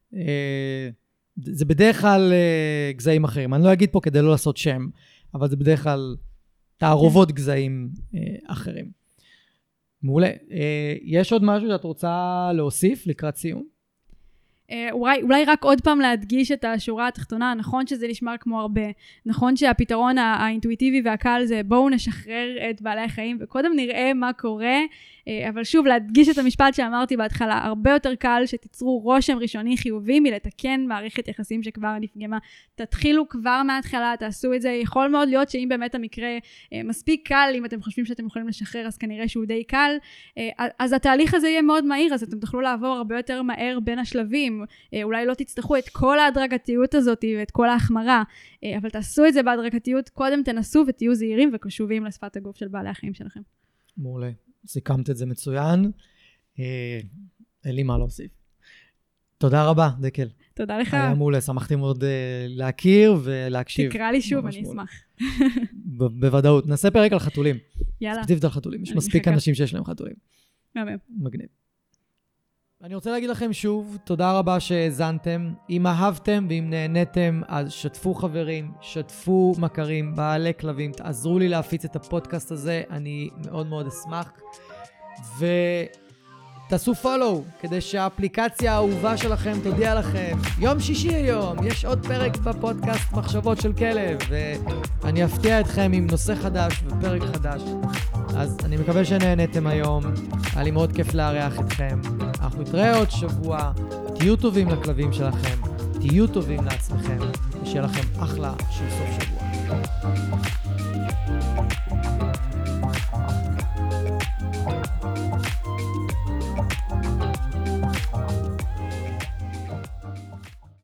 זה בדרך כלל גזעים אחרים. אני לא אגיד פה כדי לא לעשות שם, אבל זה בדרך כלל תערובות גזעים אחרים. מעולה. יש עוד משהו שאת רוצה להוסיף לקראת סיום? אולי רק עוד פעם להדגיש את השורה התחתונה, נכון שזה נשמע כמו הרבה, נכון שהפתרון האינטואיטיבי והקל זה בואו נשחרר את בעלי החיים וקודם נראה מה קורה, אבל שוב להדגיש את המשפט שאמרתי בהתחלה, הרבה יותר קל שתיצרו רושם ראשוני חיובי מלתקן מערכת יחסים שכבר נפגמה. תתחילו כבר מההתחלה, תעשו את זה, יכול מאוד להיות שאם באמת המקרה מספיק קל, אם אתם חושבים שאתם יכולים לשחרר, אז כנראה שהוא די קל, אז התהליך הזה יהיה מאוד מהיר, אז אתם תוכלו לעבור הרבה יותר מהר בין השלבים, אולי לא תצטרכו את כל ההדרגתיות הזאת ואת כל ההחמרה, אבל תעשו את זה בהדרגתיות, קודם תנסו ותהיו זהירים וקשובים לשפת הגוף של בעלי החיים שלכם. מעולה. סיכמת את זה מצוין. אין לי מה להוסיף. תודה רבה, דקל. תודה לך. היה מעולה, שמחתי מאוד להכיר ולהקשיב. תקרא לי שוב, אני אשמח. בוודאות. נעשה פרק על חתולים. יאללה. ספציפית על חתולים. יש מספיק אנשים שיש להם חתולים. מגניב. אני רוצה להגיד לכם שוב, תודה רבה שהאזנתם. אם אהבתם ואם נהניתם, אז שתפו חברים, שתפו מכרים, בעלי כלבים, תעזרו לי להפיץ את הפודקאסט הזה, אני מאוד מאוד אשמח. ותעשו פולו, כדי שהאפליקציה האהובה שלכם תודיע לכם. יום שישי היום, יש עוד פרק בפודקאסט מחשבות של כלב, ואני אפתיע אתכם עם נושא חדש ופרק חדש. אז אני מקווה שנהניתם היום, היה לי מאוד כיף לארח אתכם. אנחנו נתראה עוד שבוע, תהיו טובים לכלבים שלכם, תהיו טובים לעצמכם, ושיהיה לכם אחלה של סוף שבוע.